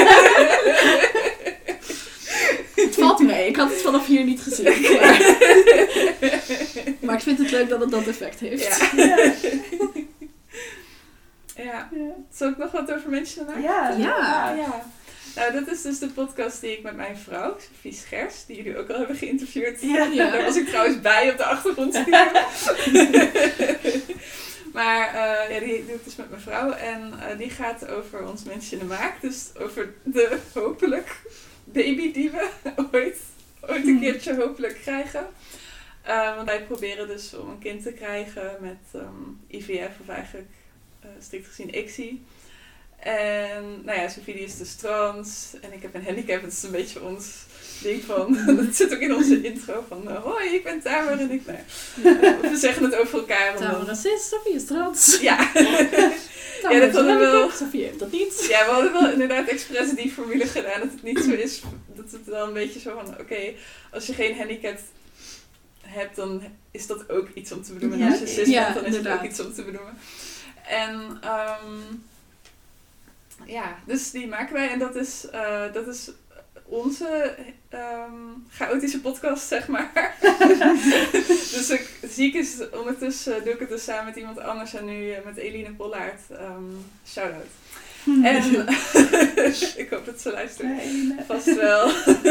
Het valt mee. Ik had het vanaf hier niet gezien. Maar ik vind het leuk dat het dat effect heeft. Ja. Zal ik nog wat over mensen maken? Ja. Nou, dat is dus de podcast die ik met mijn vrouw, Sophie Schers, die jullie ook al hebben geïnterviewd. Ja. Daar was ik trouwens bij op de achtergrond. Maar die doe ik dus met mijn vrouw. En die gaat over ons Mensje in de Maak. Dus over de hopelijk baby die we ooit een keertje hopelijk krijgen. Want wij proberen dus om een kind te krijgen met IVF of eigenlijk strikt gezien ICSI. En Sophie die is dus trans en ik heb een handicap. Dat is een beetje ons ding van, dat zit ook in onze intro van hoi, ik ben Tamer en ik we zeggen het over elkaar. Tamer racist, Sophie is trans. Ja. Tamer dat hadden we wel. Sophie heeft dat niet. Ja, we hadden wel inderdaad expres die formule gedaan dat het niet zo is. Dat het dan een beetje zo van, oké, als je geen handicap hebt, dan is dat ook iets om te benoemen. En als je cis bent, dan is het ook iets om te benoemen. En dus die maken wij en dat is onze chaotische podcast, zeg maar. Dus ziek is ondertussen, doe ik het dus samen met iemand anders en nu met Eline Pollaert. Shout-out. En ik hoop dat ze luisteren. Vast wel.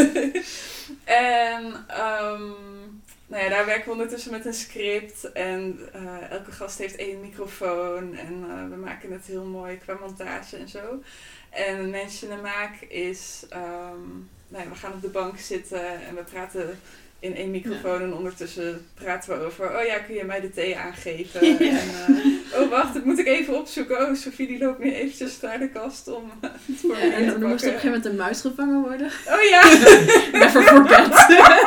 En nou ja, daar werken we ondertussen met een script. En elke gast heeft 1 microfoon. En we maken het heel mooi qua montage en zo. En Mensen in de Maak is... nou ja, we gaan op de bank zitten en we praten in 1 microfoon. En ondertussen praten we over... Oh ja, kun je mij de thee aangeven? Ja. En, oh wacht, dat moet ik even opzoeken. Oh, Sophie die loopt nu eventjes naar de kast om het voor me en te er moest op een gegeven moment een muis gevangen worden. Oh ja! Never forget.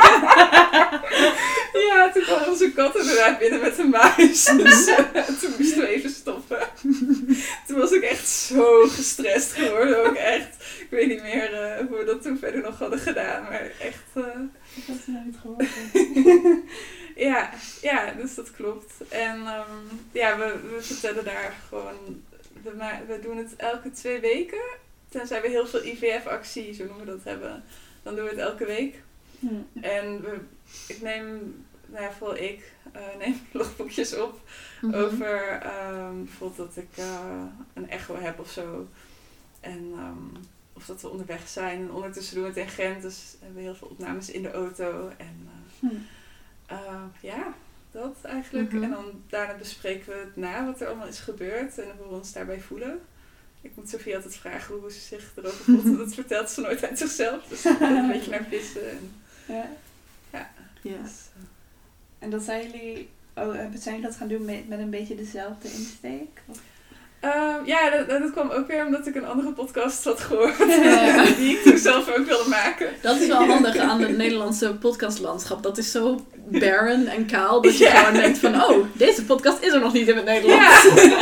Ja, toen kwam onze kat inderdaad binnen met een muis. Dus toen moesten we even stoppen. Toen was ik echt zo gestrest geworden. Ook echt. Ik weet niet meer hoe we dat toen verder nog hadden gedaan. Maar echt... Ik had het nooit gehoord. ja, dus dat klopt. En ja, we vertellen daar gewoon... We doen het elke 2 weken. Tenzij we heel veel IVF-actie, zo noemen we dat, hebben. Dan doen we het elke week. En ik neem... Nou ja, vooral ik neem logboekjes op over bijvoorbeeld dat ik een echo heb of zo. En of dat we onderweg zijn. En ondertussen doen we het in Gent, dus hebben we heel veel opnames in de auto. En ja, dat eigenlijk. En dan daarna bespreken we het na wat er allemaal is gebeurd en hoe we ons daarbij voelen. Ik moet Sophie altijd vragen hoe ze zich erover voelt. Want dat vertelt ze nooit uit zichzelf. Dus ik ben een beetje naar vissen. En, ja. Dus, en dat zijn jullie... zijn jullie dat gaan doen met een beetje dezelfde insteek? Ja, dat kwam ook weer omdat ik een andere podcast had gehoord. Die ik toen zelf ook wilde maken. Dat is wel handig aan het Nederlandse podcastlandschap. Dat is zo barren en kaal dat je gewoon denkt van... Oh, deze podcast is er nog niet in het Nederlands.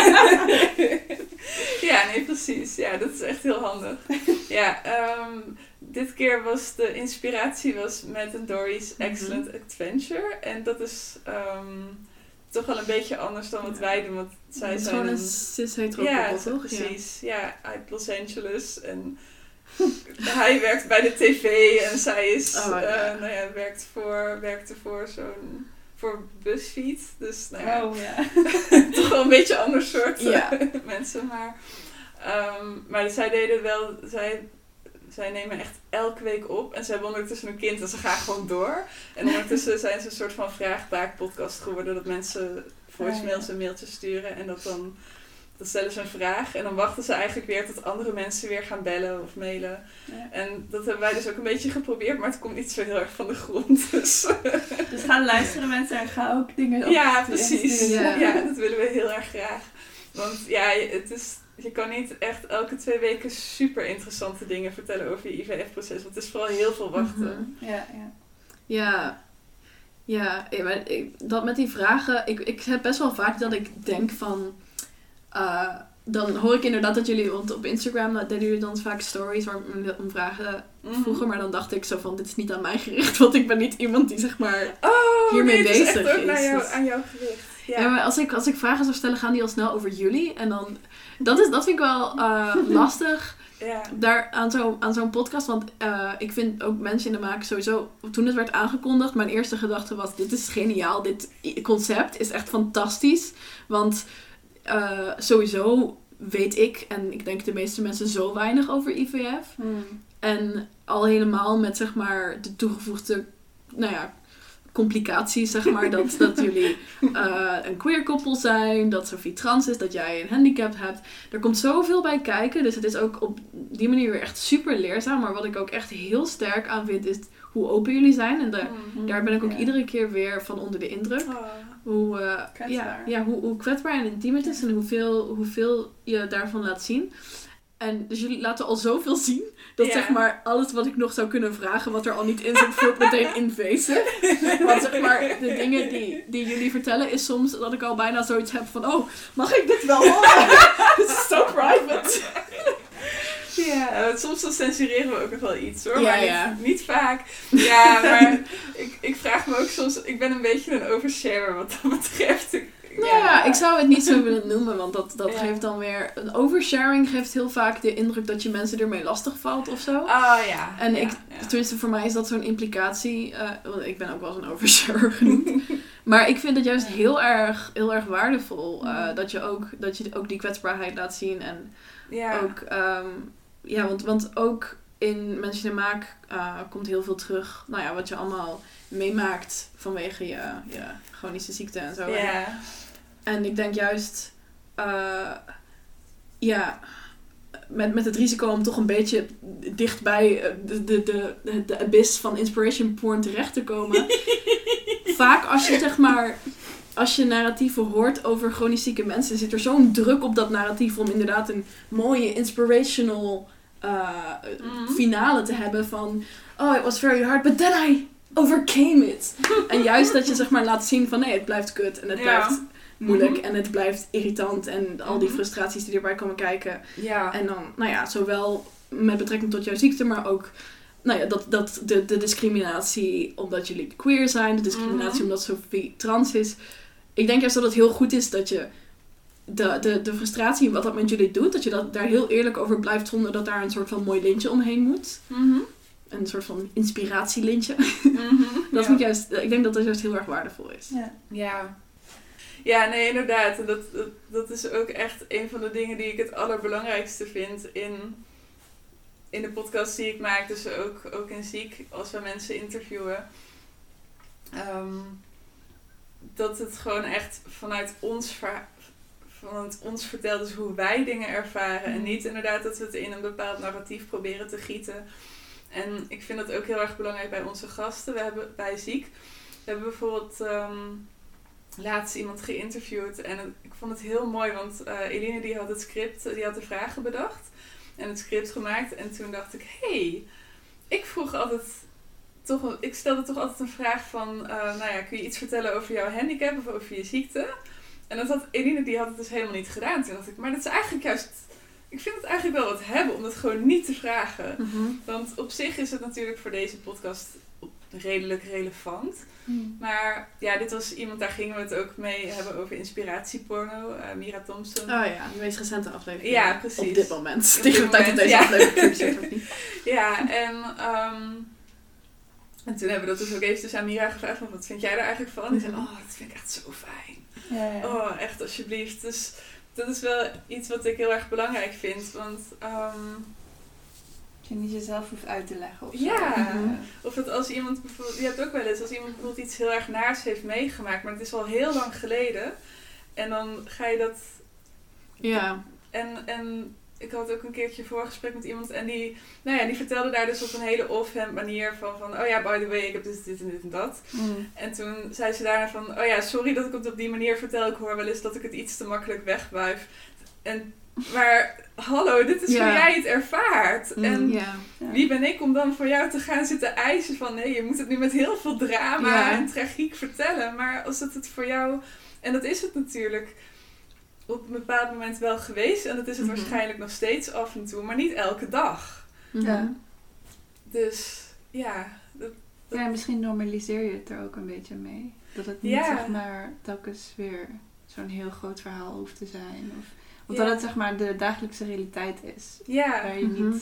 Ja, nee, precies. Ja, dat is echt heel handig. Ja, dit keer was de inspiratie Matt and Dory's Excellent Adventure. En dat is... toch wel een beetje anders dan wat wij doen, want zij zijn gewoon een cis-hetero-koppel, toch? Precies. Ja, uit Los Angeles en hij werkt bij de tv en zij is, nou ja, werkte voor voor BuzzFeed, dus nou ja, toch wel een beetje ander soort mensen, maar zij deden wel, zij nemen echt elke week op. En ze hebben ondertussen een kind en ze gaan gewoon door. En ondertussen zijn ze een soort van vraagbaak-podcast geworden. Dat mensen voicemails en mailtjes sturen. En dan stellen ze een vraag. En dan wachten ze eigenlijk weer tot andere mensen weer gaan bellen of mailen. Ja. En dat hebben wij dus ook een beetje geprobeerd. Maar het komt niet zo heel erg van de grond. Dus gaan luisteren mensen en ga ook dingen op. Ja, precies. Ja, dat willen we heel erg graag. Want ja, het is... Je kan niet echt elke 2 weken super interessante dingen vertellen over je IVF-proces. Want het is vooral heel veel wachten. Ja, maar dat met die vragen... Ik heb best wel vaak dat ik denk van... dan hoor ik inderdaad dat jullie... Want op Instagram deden jullie dan vaak stories om vragen vroegen. Maar dan dacht ik zo van... Dit is niet aan mij gericht. Want ik ben niet iemand die zeg maar hiermee bezig is. Het is echt ook aan jou gericht. Ja, maar als ik vragen zou stellen, gaan die al snel over jullie. En dan... Dat vind ik wel lastig. Daar aan zo'n podcast. Want ik vind ook Mensen in de Maak sowieso... Toen het werd aangekondigd, mijn eerste gedachte was... Dit is geniaal. Dit concept is echt fantastisch. Want sowieso weet ik... En ik denk de meeste mensen zo weinig over IVF. En al helemaal met zeg maar de toegevoegde... Nou ja... complicaties, zeg maar. dat jullie een queer koppel zijn. Dat Sophie trans is. Dat jij een handicap hebt. Er komt zoveel bij kijken. Dus het is ook op die manier weer echt super leerzaam. Maar wat ik ook echt heel sterk aan vind... is hoe open jullie zijn. En daar ben ik ook iedere keer weer van onder de indruk. Hoe kwetsbaar en intiem het is. En hoeveel je daarvan laat zien. En dus jullie laten al zoveel zien. Dat zeg maar alles wat ik nog zou kunnen vragen. Wat er al niet in zit, voelt meteen invasive. Want zeg maar de dingen die jullie vertellen is soms dat ik al bijna zoiets heb van... Oh, mag ik dit wel horen? Dit is zo private. Ja, soms dan censureren we ook nog wel iets hoor. Maar niet vaak. Ja, maar ik vraag me ook soms... Ik ben een beetje een oversharer wat dat betreft. Ik zou het niet zo willen noemen, want dat geeft dan weer... Een oversharing geeft heel vaak de indruk dat je mensen ermee lastig valt of zo. En tenminste voor mij is dat zo'n implicatie. Want ik ben ook wel eens een oversharer genoemd. Maar ik vind het juist heel erg waardevol dat je ook die kwetsbaarheid laat zien. En ook, want ook in Mensen in Maak komt heel veel terug. Nou ja, wat je allemaal meemaakt vanwege je chronische ziekte en zo. Yeah. En ik denk juist, met het risico om toch een beetje dichtbij de abyss van inspiration porn terecht te komen. Vaak als je narratieven hoort over chronisch zieke mensen, zit er zo'n druk op dat narratief om inderdaad een mooie inspirational finale te hebben van oh, it was very hard, but then I overcame it. En juist dat je laat zien van nee, het blijft kut en het blijft moeilijk en het blijft irritant en al die frustraties die erbij komen kijken. Ja. En dan, zowel met betrekking tot jouw ziekte, maar ook de discriminatie omdat jullie queer zijn, de discriminatie omdat Sophie trans is. Ik denk juist dat het heel goed is dat je de frustratie wat dat met jullie doet, dat je daar heel eerlijk over blijft zonder dat daar een soort van mooi lintje omheen moet. Een soort van inspiratielintje. Dat vind ik juist, ik denk dat dat juist heel erg waardevol is. Ja, nee, inderdaad. En dat is ook echt een van de dingen die ik het allerbelangrijkste vind in de podcast die ik maak. Dus ook in Ziek, als we mensen interviewen. Dat het gewoon echt vanuit ons vertelt, dus hoe wij dingen ervaren. En niet inderdaad dat we het in een bepaald narratief proberen te gieten. En ik vind dat ook heel erg belangrijk bij onze gasten. We hebben bij Ziek, we hebben bijvoorbeeld laatst iemand geïnterviewd. En ik vond het heel mooi, want Eline die had het script, die had de vragen bedacht. En het script gemaakt. En toen dacht ik, ik stelde toch altijd een vraag van, kun je iets vertellen over jouw handicap of over je ziekte? En dat had Eline, die had het dus helemaal niet gedaan. Toen dacht ik, maar dat is eigenlijk juist, ik vind het eigenlijk wel wat hebben om dat gewoon niet te vragen. Want op zich is het natuurlijk voor deze podcast redelijk relevant. Maar ja, dit was iemand, daar gingen we het ook mee hebben over inspiratieporno. Mira Thompson. Oh ja, de meest recente aflevering. Ja, precies. Op dit moment. Tegen de tijd dat deze aflevering Ja, en toen hebben we dat dus ook even aan Mira gevraagd van, wat vind jij daar eigenlijk van? Die zei, dat vind ik echt zo fijn. Ja. Oh, echt alsjeblieft. Dus dat is wel iets wat ik heel erg belangrijk vind. Want je niet jezelf hoeft uit te leggen of zo. Ja, of dat als iemand bijvoorbeeld, je hebt ook wel eens, als iemand bijvoorbeeld iets heel erg naars heeft meegemaakt, maar het is al heel lang geleden. En dan ga je dat... Ja. En ik had ook een keertje een voorgesprek met iemand en die vertelde daar dus op een hele offhand manier van oh ja, by the way, ik heb dus dit en dit en dat. En toen zei ze daarna van, oh ja, sorry dat ik het op die manier vertel, ik hoor wel eens dat ik het iets te makkelijk wegwuif. Maar hallo, dit is hoe jij het ervaart. En wie ben ik om dan voor jou te gaan zitten eisen van nee, je moet het nu met heel veel drama en tragiek vertellen. Maar als het voor jou, en dat is het natuurlijk op een bepaald moment wel geweest. En dat is het waarschijnlijk nog steeds af en toe, maar niet elke dag. Ja. Dus ja. Ja, misschien normaliseer je het er ook een beetje mee. Dat het niet zeg maar telkens weer zo'n heel groot verhaal hoeft te zijn. Of dat het zeg maar de dagelijkse realiteit is. Ja. Waar je niet...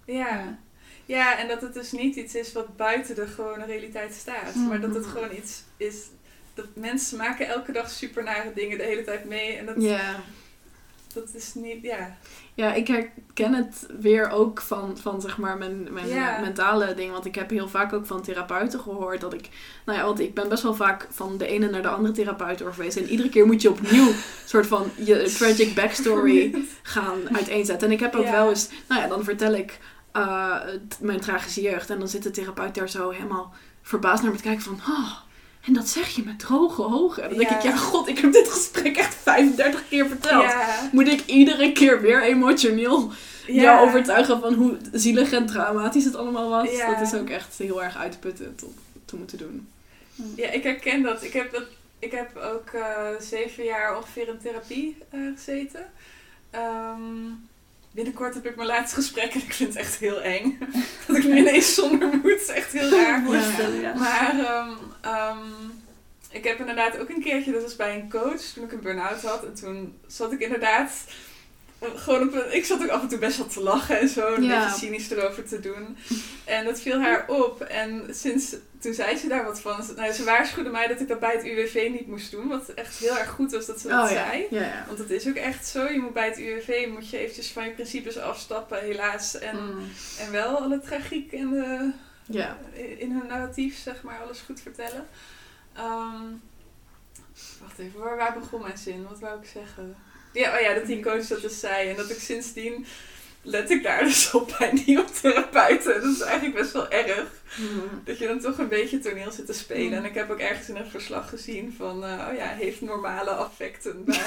Ja, en dat het dus niet iets is wat buiten de gewone realiteit staat. Maar dat het gewoon iets is... Dat mensen maken elke dag super nare dingen de hele tijd mee. En dat is niet... Ja, ik herken het weer ook van zeg maar mijn mentale ding. Want ik heb heel vaak ook van therapeuten gehoord dat ik... want ik ben best wel vaak van de ene naar de andere therapeut geweest. En iedere keer moet je opnieuw soort van je tragic backstory gaan uiteenzetten. En ik heb ook wel eens... dan vertel ik mijn tragische jeugd. En dan zit de therapeut daar zo helemaal verbaasd naar me te kijken van... En dat zeg je met droge ogen. En dan denk ik, god, ik heb dit gesprek echt 35 keer verteld. Ja. Moet ik iedere keer weer emotioneel jou overtuigen van hoe zielig en dramatisch het allemaal was? Ja. Dat is ook echt heel erg uitputtend om te moeten doen. Ja, ik herken dat. Ik heb ook 7 jaar ongeveer in therapie gezeten. Binnenkort heb ik mijn laatste gesprek en ik vind het echt heel eng. Dat ik me ineens zonder moet. Het is echt heel raar. Maar ik heb inderdaad ook een keertje, dat was bij een coach, toen ik een burn-out had. En toen zat ik inderdaad ik zat ook af en toe best wel te lachen en zo. Een beetje cynisch erover te doen. En dat viel haar op. En toen zei ze daar wat van. Nou, ze waarschuwde mij dat ik dat bij het UWV niet moest doen. Wat echt heel erg goed was dat ze dat zei. Ja. Ja. Want het is ook echt zo. Je moet bij het UWV moet je eventjes van je principes afstappen, helaas. En wel alle tragiek en in hun narratief, zeg maar, alles goed vertellen. Wacht even, waar begon mijn zin? Wat wou ik zeggen? Ja, dat die coach dat dus zei. En dat ik sindsdien let ik daar dus op bij nieuwe therapeuten. Dat is eigenlijk best wel erg. Dat je dan toch een beetje toneel zit te spelen. En ik heb ook ergens in een verslag gezien van... heeft normale affecten bij.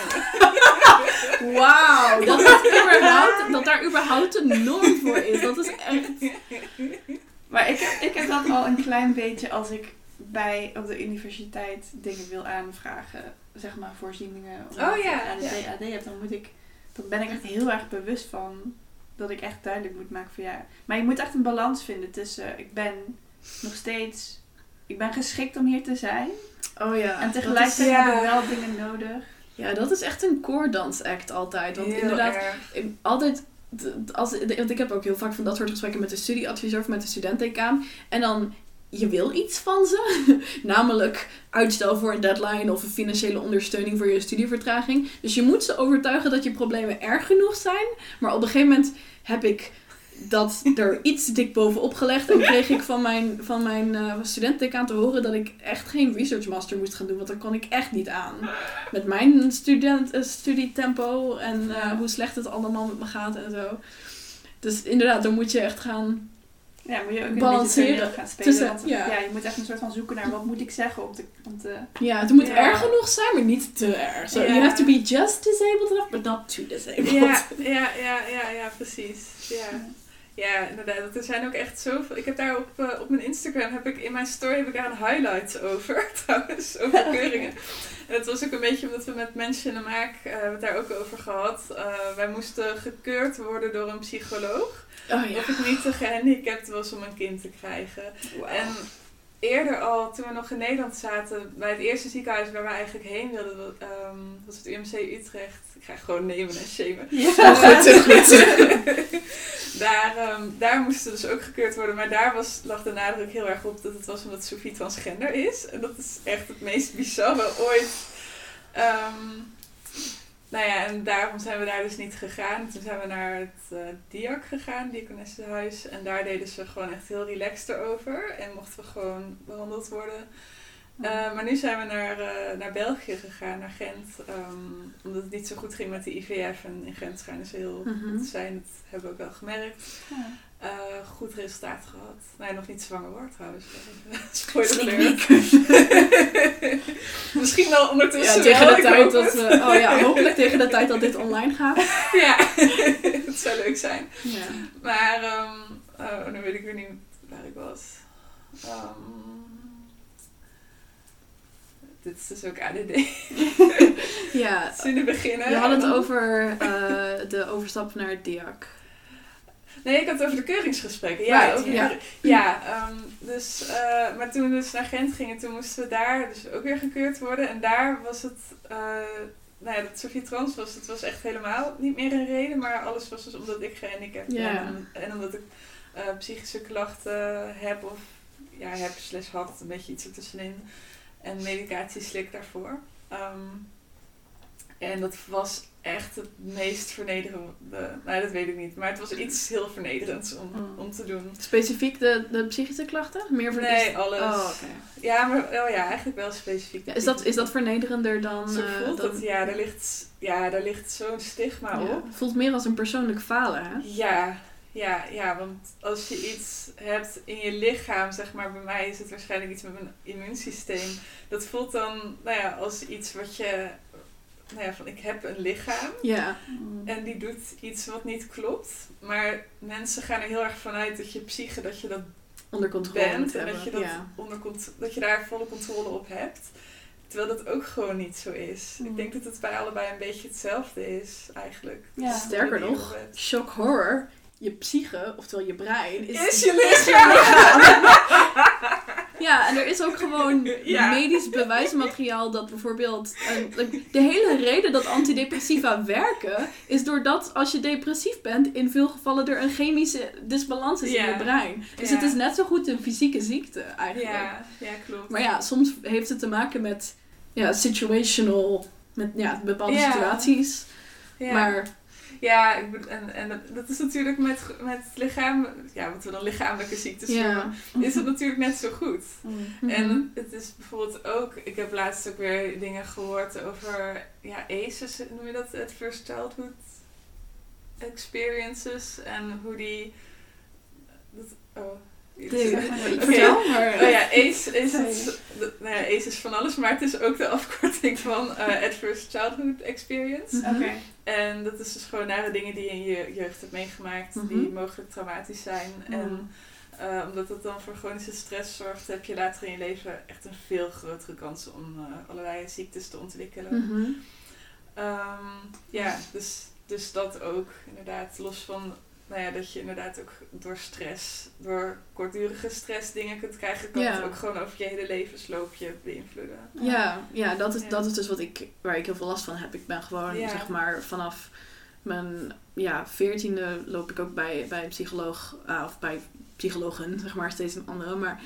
Wauw, dat daar überhaupt een norm voor is. Dat is echt... Maar ik heb dat al een klein beetje als ik op de universiteit dingen wil aanvragen. Zeg maar voorzieningen. Of AD heb, dan ben ik echt heel erg bewust van dat ik echt duidelijk moet maken van Maar je moet echt een balans vinden tussen ik ben geschikt om hier te zijn. Oh ja. En tegelijkertijd heb ik wel dingen nodig. Ja, dat is echt een koordansact altijd. Want inderdaad, altijd... Want ik heb ook heel vaak van dat soort gesprekken met de studieadviseur of met de studentdecaan. En dan, je wil iets van ze. Namelijk uitstel voor een deadline of een financiële ondersteuning voor je studievertraging. Dus je moet ze overtuigen dat je problemen erg genoeg zijn. Maar op een gegeven moment heb ik dat er iets dik bovenop gelegd. En kreeg ik van mijn studentdecaan te horen dat ik echt geen research master moest gaan doen. Want dat kon ik echt niet aan. Met mijn studietempo en hoe slecht het allemaal met me gaat en zo. Dus inderdaad, dan moet je echt gaan moet je ook balanceren. Gaan spelen. Je moet echt een soort van zoeken naar wat moet ik zeggen om te Ja, het moet erg genoeg zijn, maar niet te erg. So you have to be just disabled enough, but not too disabled. Ja, precies. Ja, inderdaad. Er zijn ook echt zoveel... Ik heb daar op mijn Instagram, in mijn story daar een highlights over, trouwens, over keuringen. En het was ook een beetje omdat we met Mensen in de Maak hebben het daar ook over gehad. Wij moesten gekeurd worden door een psycholoog. Of ik niet te gehandicapt was om een kind te krijgen. Wow. En eerder al, toen we nog in Nederland zaten, bij het eerste ziekenhuis waar we eigenlijk heen wilden, was het UMC Utrecht. Ik ga gewoon nemen en shamen. Ja, goed. Daar moesten dus ook gekeurd worden, maar daar lag de nadruk heel erg op dat het was omdat Sophie transgender is. En dat is echt het meest bizarre ooit. En daarom zijn we daar dus niet gegaan. Toen zijn we naar het DIAC gegaan, Diakonessenhuis. En daar deden ze gewoon echt heel relaxed erover. En mochten we gewoon behandeld worden. Maar nu zijn we naar België gegaan, naar Gent. Omdat het niet zo goed ging met de IVF. En in Gent schijnen ze heel goed te zijn. Dat hebben we ook wel gemerkt. Goed resultaat gehad. Nee, nog niet zwanger hoor trouwens. Spoiler alert. Misschien wel ondertussen. Ja, tegen de tijd dat hopelijk tegen de tijd dat dit online gaat. Ja, het zou leuk zijn. Ja. Maar nu weet ik weer niet waar ik was. Dit is dus ook ADD. Ja. Dus in het begin. Je had het over de overstap naar het DIAC. Nee, ik had het over de keuringsgesprekken. Maar toen we dus naar Gent gingen, toen moesten we daar dus ook weer gekeurd worden. En daar was het, dat Sophie trans was, het was echt helemaal niet meer een reden. Maar alles was dus omdat ik gehandicapt ben. En omdat ik psychische klachten heb of had, een beetje iets ertussenin. En medicatie slik daarvoor. En dat was echt het meest vernederende... dat weet ik niet. Maar het was iets heel vernederends om te doen. Specifiek de psychische klachten? Nee, alles. Oh, okay. Ja, maar eigenlijk wel specifiek. Ja, is dat vernederender dan... Zo voelt het. Ja, daar ligt zo'n stigma op. Het voelt meer als een persoonlijk falen, hè? Ja, want als je iets hebt in je lichaam, zeg maar, bij mij is het waarschijnlijk iets met mijn immuunsysteem. Dat voelt dan, als iets wat je... van ik heb een lichaam en die doet iets wat niet klopt. Maar mensen gaan er heel erg vanuit dat je psyche, dat je dat onder controle bent en dat je, dat je daar volle controle op hebt. Terwijl dat ook gewoon niet zo is. Ik denk dat het bij allebei een beetje hetzelfde is eigenlijk. Ja. Sterker nog, shock horror, je psyche, oftewel je brein, is je lichaam. Ja, en er is ook gewoon medisch bewijsmateriaal dat bijvoorbeeld... de hele reden dat antidepressiva werken is doordat als je depressief bent, in veel gevallen er een chemische disbalans is in je brein. Dus het is net zo goed een fysieke ziekte eigenlijk. Ja, klopt. Maar ja, soms heeft het te maken met situational, met bepaalde situaties. Ja. Maar... Ja, en dat is natuurlijk met lichaam, wat we dan lichamelijke ziektes noemen, is het natuurlijk net zo goed. Mm-hmm. En het is bijvoorbeeld ook, ik heb laatst ook weer dingen gehoord over, ACEs, noem je dat, Adverse Childhood Experiences, en hoe die... Vertel maar. ACE is van alles, maar het is ook de afkorting van Adverse Childhood Experience. Okay. En dat is dus gewoon nare dingen die je in je jeugd hebt meegemaakt, die mogelijk traumatisch zijn. En omdat het dan voor chronische stress zorgt, heb je later in je leven echt een veel grotere kans om allerlei ziektes te ontwikkelen. Mm-hmm. Dus dat ook inderdaad, los van... dat je inderdaad ook door kortdurige stress dingen kunt krijgen, kan het ook gewoon over je hele levensloopje beïnvloeden. Ja, dat is dus waar ik heel veel last van heb. Ik ben gewoon, zeg maar, vanaf mijn 14e loop ik ook bij een psycholoog, of bij psychologen, zeg maar, steeds een andere. Maar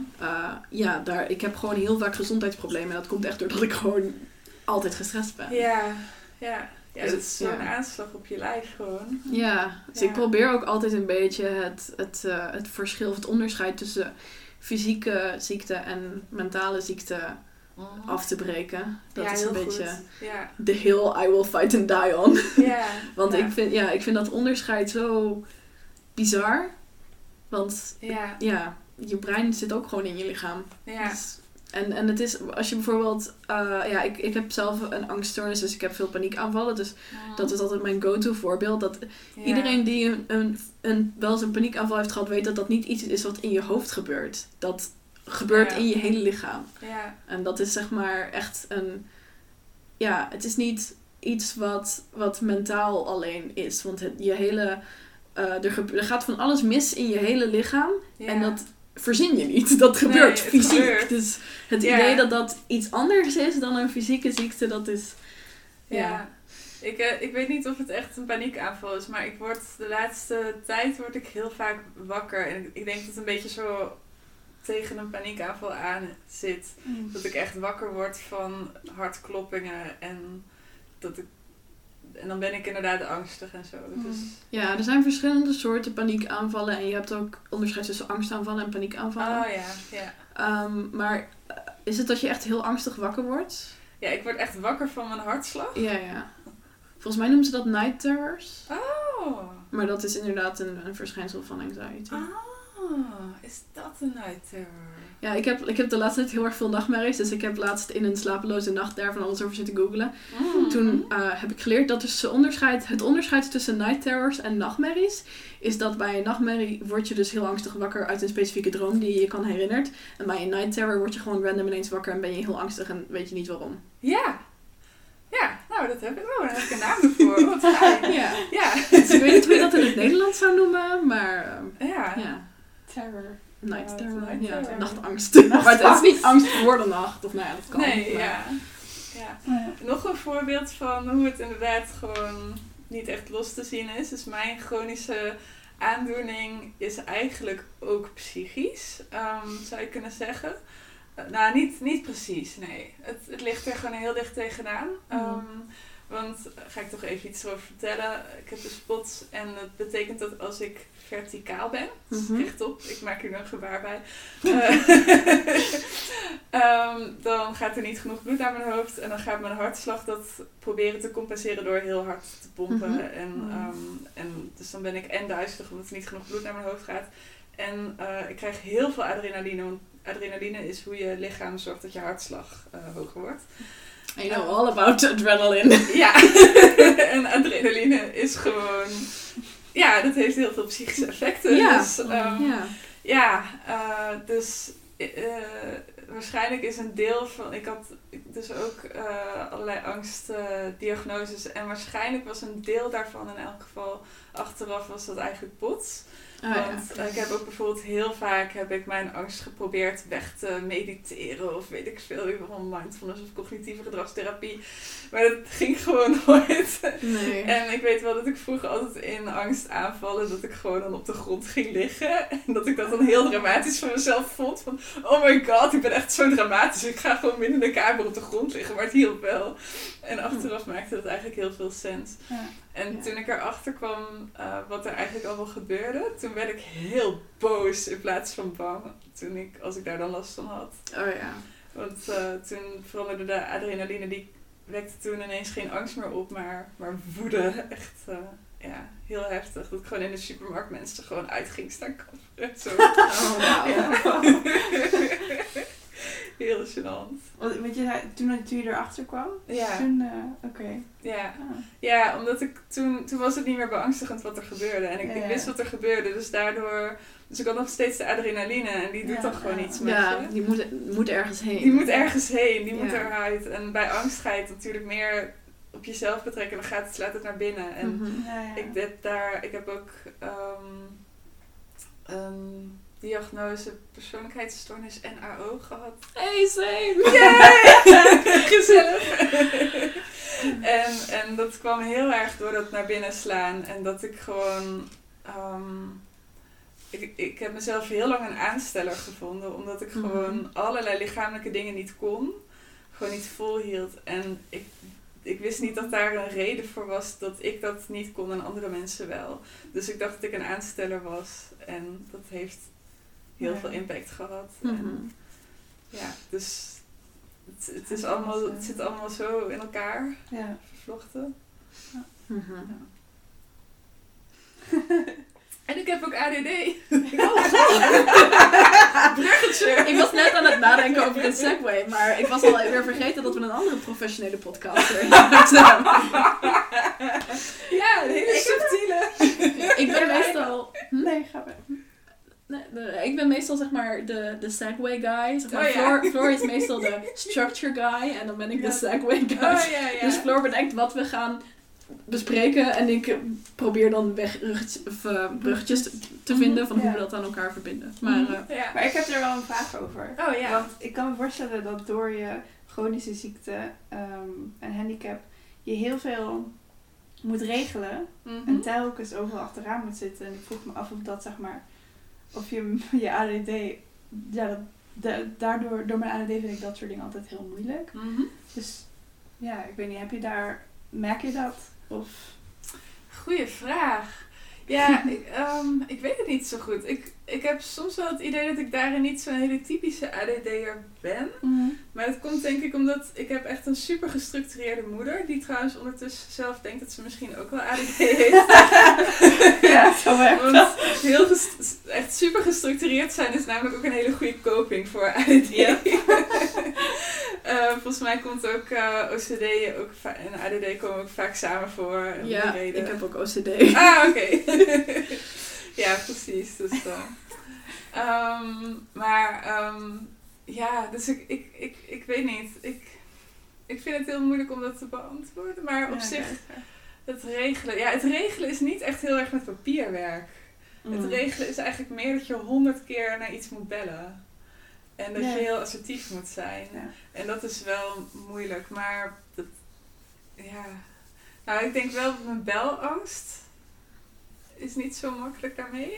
ik heb gewoon heel vaak gezondheidsproblemen. En dat komt echt doordat ik gewoon altijd gestrest ben. Ja, dat is zo'n aanslag op je lijf gewoon. Ja, dus ik probeer ook altijd een beetje het verschil of het onderscheid tussen fysieke ziekte en mentale ziekte af te breken. Dat is een beetje the hill I will fight and die on. Want ik vind dat onderscheid zo bizar. Want je brein zit ook gewoon in je lichaam. Ja. Dus, en het is, als je bijvoorbeeld... ik heb zelf een angststoornis, dus ik heb veel paniekaanvallen. Dus dat is altijd mijn go-to voorbeeld. Dat iedereen die wel eens een paniekaanval heeft gehad, weet dat dat niet iets is wat in je hoofd gebeurt. Dat gebeurt in je hele lichaam. Ja. En dat is zeg maar echt een... Ja, het is niet iets wat mentaal alleen is. Want je hele... er gaat van alles mis in je hele lichaam. Ja. En dat... verzin je niet. Dat gebeurt fysiek. Gebeurt. Dus het idee dat dat iets anders is dan een fysieke ziekte, dat is... Ja. Ik weet niet of het echt een paniekaanval is, maar de laatste tijd word ik heel vaak wakker. En ik denk dat het een beetje zo tegen een paniekaanval aan zit. Dat ik echt wakker word van hartkloppingen en dan ben ik inderdaad angstig en zo. Dus... Ja, er zijn verschillende soorten paniekaanvallen. En je hebt ook onderscheid tussen angstaanvallen en paniekaanvallen. Oh ja. Maar is het dat je echt heel angstig wakker wordt? Ja, ik word echt wakker van mijn hartslag. Ja. Volgens mij noemen ze dat night terrors. Oh. Maar dat is inderdaad een verschijnsel van anxiety. Is dat een night terror? Ja, ik heb de laatste tijd heel erg veel nachtmerries. Dus ik heb laatst in een slapeloze nacht daar van alles over zitten googlen. Toen heb ik geleerd dat dus het onderscheid tussen night terrors en nachtmerries is dat bij een nachtmerrie word je dus heel angstig wakker uit een specifieke droom die je kan herinnert. En bij een night terror word je gewoon random ineens wakker en ben je heel angstig en weet je niet waarom. Ja. Ja, nou dat heb ik wel. Daar heb ik een naam voor. Wat fijn. Ja. Dus ik weet niet hoe je dat in het Nederlands zou noemen, maar... Ja. Terror. Night terror. Nachtangst. Maar het is niet angst voor de nacht. Of nou ja, dat kan. Nee, ja. Nog een voorbeeld van hoe het inderdaad gewoon niet echt los te zien is. Dus mijn chronische aandoening is eigenlijk ook psychisch, zou je kunnen zeggen. Niet precies, nee. Het ligt er gewoon heel dicht tegenaan. Want, ga ik toch even iets erover vertellen. Ik heb dus POTS en dat betekent dat als ik verticaal ben, rechtop, ik maak hier een gebaar bij, dan gaat er niet genoeg bloed naar mijn hoofd en dan gaat mijn hartslag dat proberen te compenseren door heel hard te pompen. En dus dan ben ik en duizelig omdat er niet genoeg bloed naar mijn hoofd gaat. En ik krijg heel veel adrenaline, want adrenaline is hoe je lichaam zorgt dat je hartslag hoger wordt. I know all about adrenaline. Ja, en adrenaline is gewoon... Ja, dat heeft heel veel psychische effecten. Ja. Dus, waarschijnlijk is een deel van... Ik had dus ook allerlei angstdiagnoses. En waarschijnlijk was een deel daarvan in elk geval achteraf was dat eigenlijk POTS. Want ik heb ook bijvoorbeeld heel vaak mijn angst geprobeerd weg te mediteren of weet ik veel, van mindfulness of cognitieve gedragstherapie. Maar dat ging gewoon nooit. Nee. En ik weet wel dat ik vroeger altijd in angstaanvallen, dat ik gewoon dan op de grond ging liggen. En dat ik dat dan heel dramatisch van mezelf vond. Van, oh my god, ik ben echt zo dramatisch. Ik ga gewoon midden in de kamer op de grond liggen, maar het hielp wel. En achteraf maakte dat eigenlijk heel veel sens. Ja. En toen ik erachter kwam wat er eigenlijk allemaal gebeurde, toen werd ik heel boos in plaats van bang. Als ik daar dan last van had. Oh ja. Want toen veranderde de adrenaline, die wekte toen ineens geen angst meer op, maar woede. Echt heel heftig. Dat ik gewoon in de supermarkt mensen gewoon uit ging staan kafferen. Zo. Oh, wow. Ja. Heel gênant. Want je zei, toen je erachter kwam? Ja. Toen, oké. Ja. Ah. Ja, omdat ik toen was het niet meer beangstigend wat er gebeurde. En ik wist wat er gebeurde, dus daardoor... Dus ik had nog steeds de adrenaline en die doet dan gewoon iets met je. Die moet ergens heen. Die moet ergens heen, die moet eruit. En bij angst ga je het natuurlijk meer op jezelf betrekken. Dan slaat het naar binnen. En ik heb ook een diagnose persoonlijkheidsstoornis NAO gehad. Hey, same! Yay! Gezellig! En dat kwam heel erg door dat naar binnen slaan. En dat ik gewoon... Ik heb mezelf heel lang een aansteller gevonden. Omdat ik gewoon allerlei lichamelijke dingen niet kon. Gewoon niet volhield. En ik wist niet dat daar een reden voor was dat ik dat niet kon en andere mensen wel. Dus ik dacht dat ik een aansteller was. En dat heeft heel veel impact gehad. En, dus het zit allemaal zo in elkaar vervlochten. Ja. En ik heb ook ADD. Bruggetje. Ik was net aan het nadenken over een segue, maar ik was al weer vergeten dat we een andere professionele podcaster hebben. Ja, een hele subtiele. Ik ben meestal... Nee, ga weg. Nee, ik ben meestal zeg maar de segue guy. Zeg maar, Floor is meestal de structure guy en dan ben ik de segue guy. Dus Floor bedenkt wat we gaan bespreken en ik probeer dan bruggetjes te vinden van hoe we dat aan elkaar verbinden. Maar ik heb er wel een vraag over. Oh ja. Want ik kan me voorstellen dat door je chronische ziekte en handicap je heel veel moet regelen en telkens overal achteraan moet zitten. En ik vroeg me af of dat zeg maar, of je ADD, daardoor, door mijn ADD vind ik dat soort dingen altijd heel moeilijk. Dus ja, ik weet niet, merk je dat? Of? Goeie vraag. Ja, ik weet het niet zo goed. Ik heb soms wel het idee dat ik daarin niet zo'n hele typische ADD'er ben. Maar dat komt denk ik omdat ik heb echt een super gestructureerde moeder. Die trouwens ondertussen zelf denkt dat ze misschien ook wel ADD heeft. Ja, zo werkt dat. Want echt super gestructureerd zijn is namelijk ook een hele goede coping voor ADD. Ja. Volgens mij komt ook OCD en ADD komen ook vaak samen voor. Ja, ik heb ook OCD. Ah, oké. Ja, precies. Dus, dus ik weet niet. Ik vind het heel moeilijk om dat te beantwoorden. Maar op zich, het regelen is niet echt heel erg met papierwerk. Het regelen is eigenlijk meer dat je 100 keer naar iets moet bellen. En dat je heel assertief moet zijn. Ja. En dat is wel moeilijk. Maar nou, ik denk wel dat mijn belangst is niet zo makkelijk daarmee.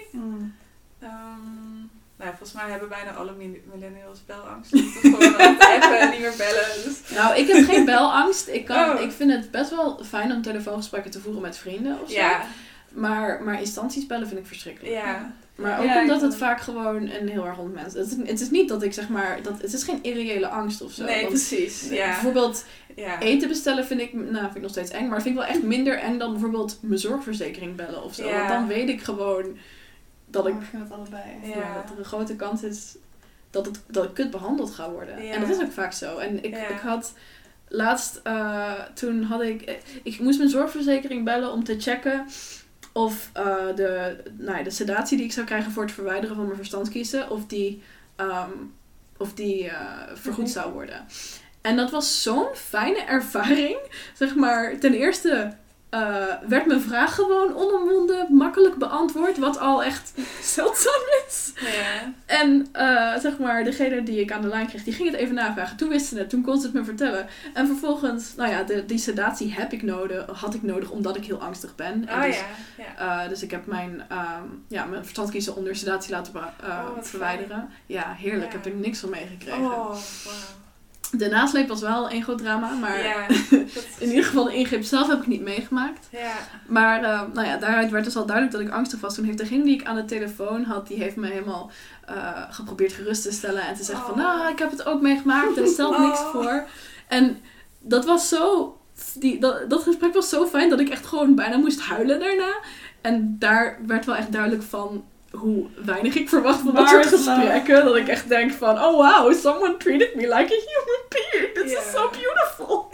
Volgens mij hebben bijna alle millennials belangst. Je moet gewoon aan het appen en niet meer bellen. Dus. Nou, ik heb geen belangst. Ik vind het best wel fijn om telefoongesprekken te voeren met vrienden of zo. Ja. Maar instanties bellen vind ik verschrikkelijk. Ja. Maar ook omdat het vaak gewoon een heel erg hond mens is. Het is niet dat ik zeg maar... het is geen irreële angst of zo. Nee, want, precies. Ja. Bijvoorbeeld eten bestellen vind ik nog steeds eng. Maar dat vind ik wel echt minder eng dan bijvoorbeeld mijn zorgverzekering bellen of zo. Ja. Want dan weet ik gewoon dat ik vind het allebei. Dat er een grote kans is dat ik kut behandeld ga worden. Ja. En dat is ook vaak zo. En ik had... Laatst, toen had ik moest mijn zorgverzekering bellen om te checken of de sedatie die ik zou krijgen voor het verwijderen van mijn verstandskiezen, of die vergoed zou worden. En dat was zo'n fijne ervaring. Zeg maar, ten eerste werd mijn vraag gewoon onomwonden makkelijk beantwoord. Wat al echt zeldzaam is. Ja. En zeg maar, degene die ik aan de lijn kreeg, die ging het even navragen. Toen wist ze het, toen kon ze het me vertellen. En vervolgens, nou ja, die sedatie had ik nodig omdat ik heel angstig ben. En dus ik heb mijn verstandskiezer onder sedatie laten verwijderen. Fijn. Ja, heerlijk. Heb ik niks van meegekregen. Oh, wow. De nasleep was wel een groot drama, maar in ieder geval de ingreep zelf heb ik niet meegemaakt. Ja. Maar daaruit werd dus al duidelijk dat ik angstig was. Toen heeft degene die ik aan de telefoon had, die heeft me helemaal geprobeerd gerust te stellen. En te zeggen van, nou, ik heb het ook meegemaakt en stel niks voor. En dat was zo, dat gesprek was zo fijn dat ik echt gewoon bijna moest huilen daarna. En daar werd wel echt duidelijk van hoe weinig ik verwacht van dat soort gesprekken. Dat ik echt denk van, oh wow, someone treated me like a human being. This is so beautiful.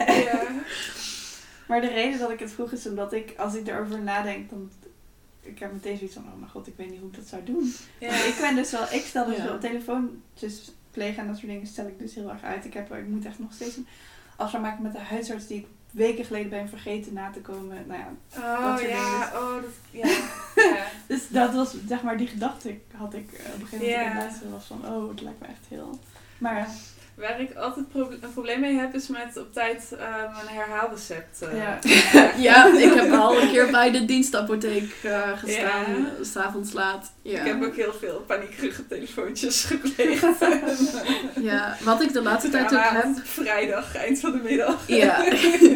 Maar de reden dat ik het vroeg is omdat als ik erover nadenk, dan ik heb meteen zoiets van, oh mijn god, ik weet niet hoe ik dat zou doen. Ik stel dus wel telefoontjes plegen en dat soort dingen stel ik dus heel erg uit. Ik moet echt nog steeds een afspraak maken met de huisarts die ik weken geleden ben vergeten na te komen. Nou ja, dat soort dingen. Dus dat was, zeg maar, die gedachte had ik op een gegeven moment luisteren was van, oh, het lijkt me echt heel. Maar ja. Waar ik altijd een probleem mee heb, is met op tijd mijn herhaalrecept. Ja, ik heb al een keer bij de dienstapotheek gestaan, 's avonds laat. Ja. Ik heb ook heel veel paniekerige telefoontjes gepleegd. Ja, wat ik de laatste tijd ook heb. Vrijdag, eind van de middag. Ja.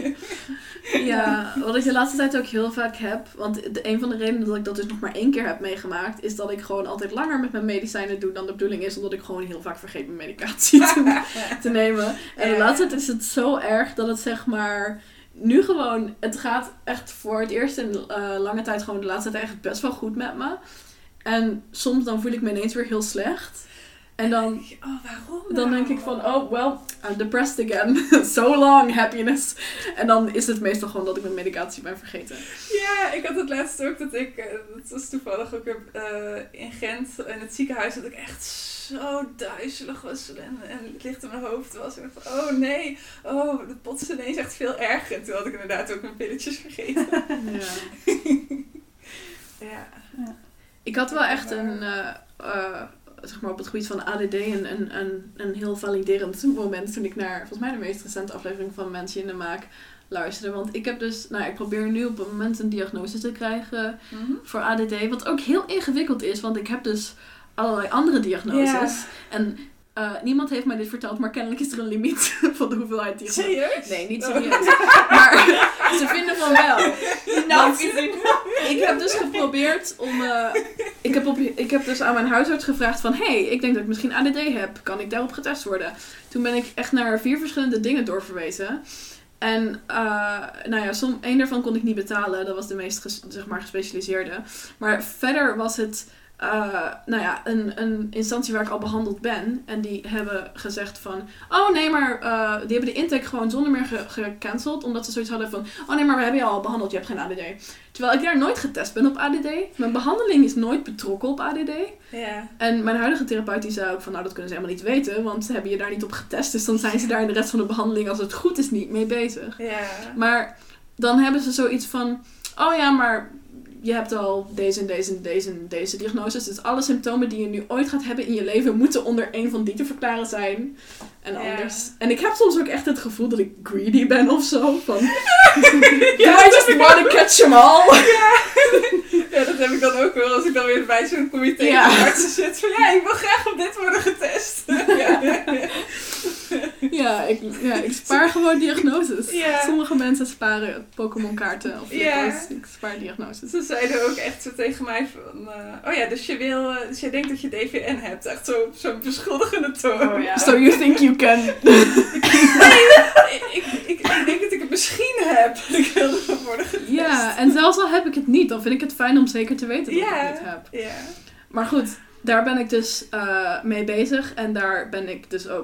Ja, wat ik de laatste tijd ook heel vaak heb, want een van de redenen dat ik dat dus nog maar 1 keer heb meegemaakt, is dat ik gewoon altijd langer met mijn medicijnen doe dan de bedoeling is, omdat ik gewoon heel vaak vergeet mijn medicatie te nemen. En de laatste tijd is het zo erg dat het zeg maar nu gewoon, het gaat echt voor het eerst in lange tijd gewoon de laatste tijd echt best wel goed met me. En soms dan voel ik me ineens weer heel slecht. En dan, waarom dan denk ik van, oh, well, I'm depressed again. So long, happiness. En dan is het meestal gewoon dat ik mijn medicatie ben vergeten. Ja, ik had het laatst ook dat was toevallig ook in Gent in het ziekenhuis, dat ik echt zo duizelig was en het licht in mijn hoofd was. En ik dacht van, oh nee, het potste ineens echt veel erger. En toen had ik inderdaad ook mijn pilletjes vergeten. Ja. Ik had wel echt een zeg maar op het gebied van ADD een heel validerend moment toen ik naar, volgens mij de meest recente aflevering van Mensje in de Maak luisterde. Want ik heb dus, ik probeer nu op het moment een diagnose te krijgen voor ADD. Wat ook heel ingewikkeld is, want ik heb dus allerlei andere diagnoses. Yeah. En niemand heeft mij dit verteld, maar kennelijk is er een limiet van de hoeveelheid diagnoses. Serieus? Nee, niet serieus. Maar ze vinden van wel. Want ik heb dus geprobeerd om... Ik heb dus aan mijn huisarts gevraagd van, hey, ik denk dat ik misschien ADD heb. Kan ik daarop getest worden? Toen ben ik echt naar 4 verschillende dingen doorverwezen. En één daarvan kon ik niet betalen. Dat was de meest gespecialiseerde. Maar verder was het een instantie waar ik al behandeld ben. En die hebben gezegd van, oh nee, maar die hebben de intake gewoon zonder meer gecanceld. Omdat ze zoiets hadden van, oh nee, maar we hebben je al behandeld, je hebt geen ADD. Terwijl ik daar nooit getest ben op ADD. Mijn behandeling is nooit betrokken op ADD. Yeah. En mijn huidige therapeut die zei ook van, nou dat kunnen ze helemaal niet weten. Want ze hebben je daar niet op getest. Dus dan zijn ze daar in de rest van de behandeling, als het goed is, niet mee bezig. Yeah. Maar dan hebben ze zoiets van, oh ja, maar je hebt al deze en deze en deze en deze diagnoses. Dus alle symptomen die je nu ooit gaat hebben in je leven moeten onder één van die te verklaren zijn. En anders. En ik heb soms ook echt het gevoel dat ik greedy ben of zo. Van, I just want to catch them all. Ja, dat heb ik dan ook wel als ik dan weer bij zo'n comité van artsen zit. Van ik wil graag op dit worden getest. Ik spaar gewoon diagnoses. Ja. Sommige mensen sparen Pokémon kaarten of ik spaar diagnoses. Ze zeiden ook echt zo tegen mij van, dus jij denkt dat je DVN hebt. Echt zo'n beschuldigende toon. Oh, yeah. So you think you can... ik denk dat ik het misschien heb. Ik wil ervoor worden getest. Ja, en zelfs al heb ik het niet, dan vind ik het fijn om zeker te weten dat ik het niet heb. Ja. Maar goed, daar ben ik dus mee bezig. En daar ben ik dus ook,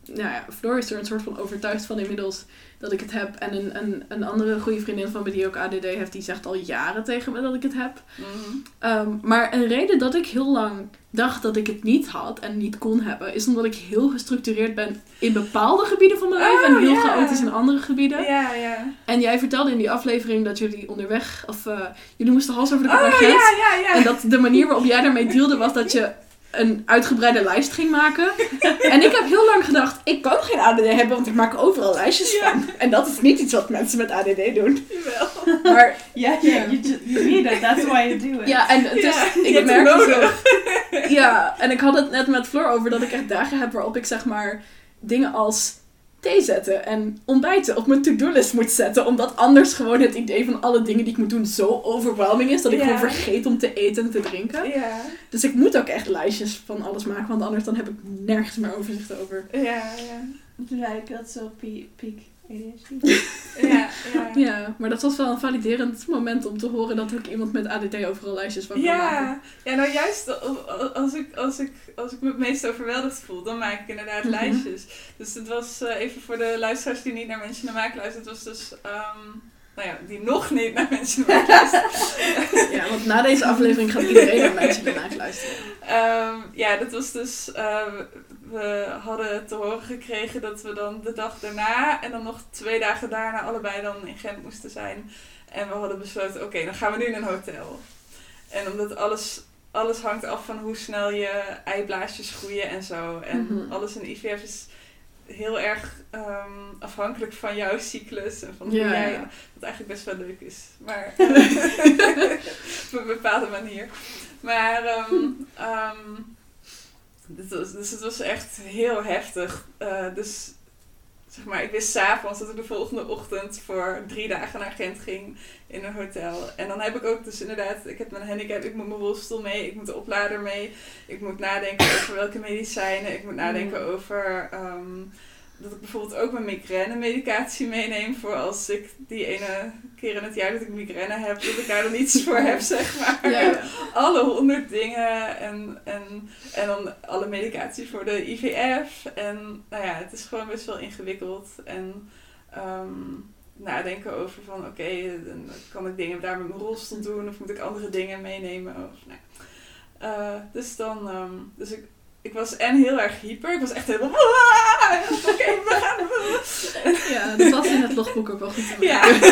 Floor is er een soort van overtuigd van inmiddels dat ik het heb. En een andere goede vriendin van me die ook ADD heeft, die zegt al jaren tegen me dat ik het heb. Mm-hmm. Maar een reden dat ik heel lang dacht dat ik het niet had en niet kon hebben, is omdat ik heel gestructureerd ben in bepaalde gebieden van mijn leven en heel chaotisch in andere gebieden. Ja. En jij vertelde in die aflevering dat jullie onderweg, jullie moesten hals over de kop Ja. En dat de manier waarop jij daarmee dealde was dat je een uitgebreide lijst ging maken. En ik heb heel lang gedacht, ik kan geen ADD hebben, want ik maak overal lijstjes van. En dat is niet iets wat mensen met ADD doen. Jawel. Maar you need it, that's why you do it. ja, en dus ik merkte zo. Ja, en ik had het net met Floor over dat ik echt dagen heb waarop ik zeg maar dingen als thee zetten en ontbijten op mijn to-do-list moet zetten. Omdat anders gewoon het idee van alle dingen die ik moet doen zo overwhelming is dat ik gewoon vergeet om te eten en te drinken. Ja. Dus ik moet ook echt lijstjes van alles maken, want anders dan heb ik nergens meer overzicht over. Ja. Like, dat is zo peak ADHD. Ja, maar dat was wel een validerend moment om te horen dat ook iemand met ADD overal lijstjes van kan maken. Ja, nou juist als ik me het meest overweldigd voel, dan maak ik inderdaad lijstjes. Dus het was even voor de luisteraars die niet naar Mensen in de Maak luisteren, het was dus, die nog niet naar Mensen in de Maak luisteren. Ja, want na deze aflevering gaat iedereen naar Mensen in de Maak luisteren. Dat was dus, we hadden te horen gekregen dat we dan de dag daarna en dan nog 2 dagen daarna allebei dan in Gent moesten zijn. En we hadden besloten, oké, dan gaan we nu in een hotel. En omdat alles hangt af van hoe snel je eiblaasjes groeien en zo. En alles in IVF is heel erg afhankelijk van jouw cyclus en van hoe jij, wat eigenlijk best wel leuk is. Maar op een bepaalde manier. Maar dus het was echt heel heftig. Dus zeg maar, ik wist 's avonds dat ik de volgende ochtend voor 3 dagen naar Gent ging in een hotel. En dan heb ik ook dus inderdaad, ik heb mijn handicap, ik moet mijn rolstoel mee, ik moet de oplader mee. Ik moet nadenken over welke medicijnen. Ik moet nadenken over dat ik bijvoorbeeld ook mijn migraine medicatie meeneem voor als ik die ene keer in het jaar dat ik migraine heb, dat ik daar dan iets voor heb, zeg maar. Ja. Alle 100 dingen en dan alle medicatie voor de IVF. En het is gewoon best wel ingewikkeld. En nadenken over van oké, kan ik dingen daar met mijn rolstoel doen of moet ik andere dingen meenemen? Dus dan, ik was heel erg hyper. Ik was echt helemaal oké, we gaan. Ja, dat was in het logboek ook wel goed te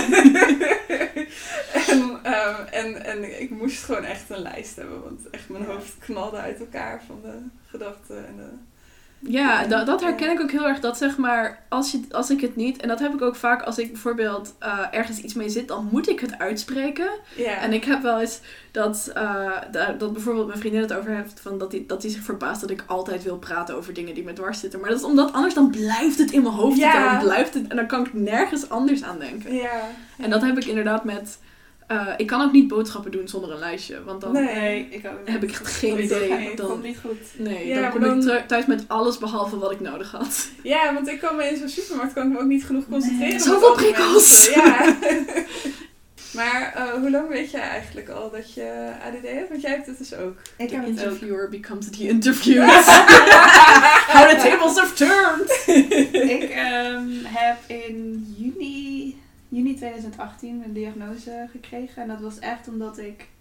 maken. En ik moest gewoon echt een lijst hebben. Want echt mijn hoofd knalde uit elkaar van de gedachten en de... Ja, dat herken ik ook heel erg. Dat zeg maar, als ik het niet... En dat heb ik ook vaak als ik bijvoorbeeld ergens iets mee zit, dan moet ik het uitspreken. Yeah. En ik heb wel eens dat bijvoorbeeld mijn vriendin het over heeft, van dat die zich verbaast dat ik altijd wil praten over dingen die me dwars zitten. Maar dat is omdat anders dan blijft het in mijn hoofd zitten. En dan kan ik nergens anders aan denken. Yeah. En dat heb ik inderdaad met... ik kan ook niet boodschappen doen zonder een lijstje. Want dan heb ik echt geen idee. Dat komt niet goed. Nee, dan kom ik thuis met alles behalve wat ik nodig had. Ja, want ik kan me in zo'n supermarkt kan ik me ook niet genoeg concentreren. Zoveel prikkels! Ja. Maar hoe lang weet jij eigenlijk al dat je ADD hebt? Want jij hebt het dus ook. Ik heb het interviewer becomes the interviewed. How the tables have turned! Ik heb in juni 2018 een diagnose gekregen. En dat was echt omdat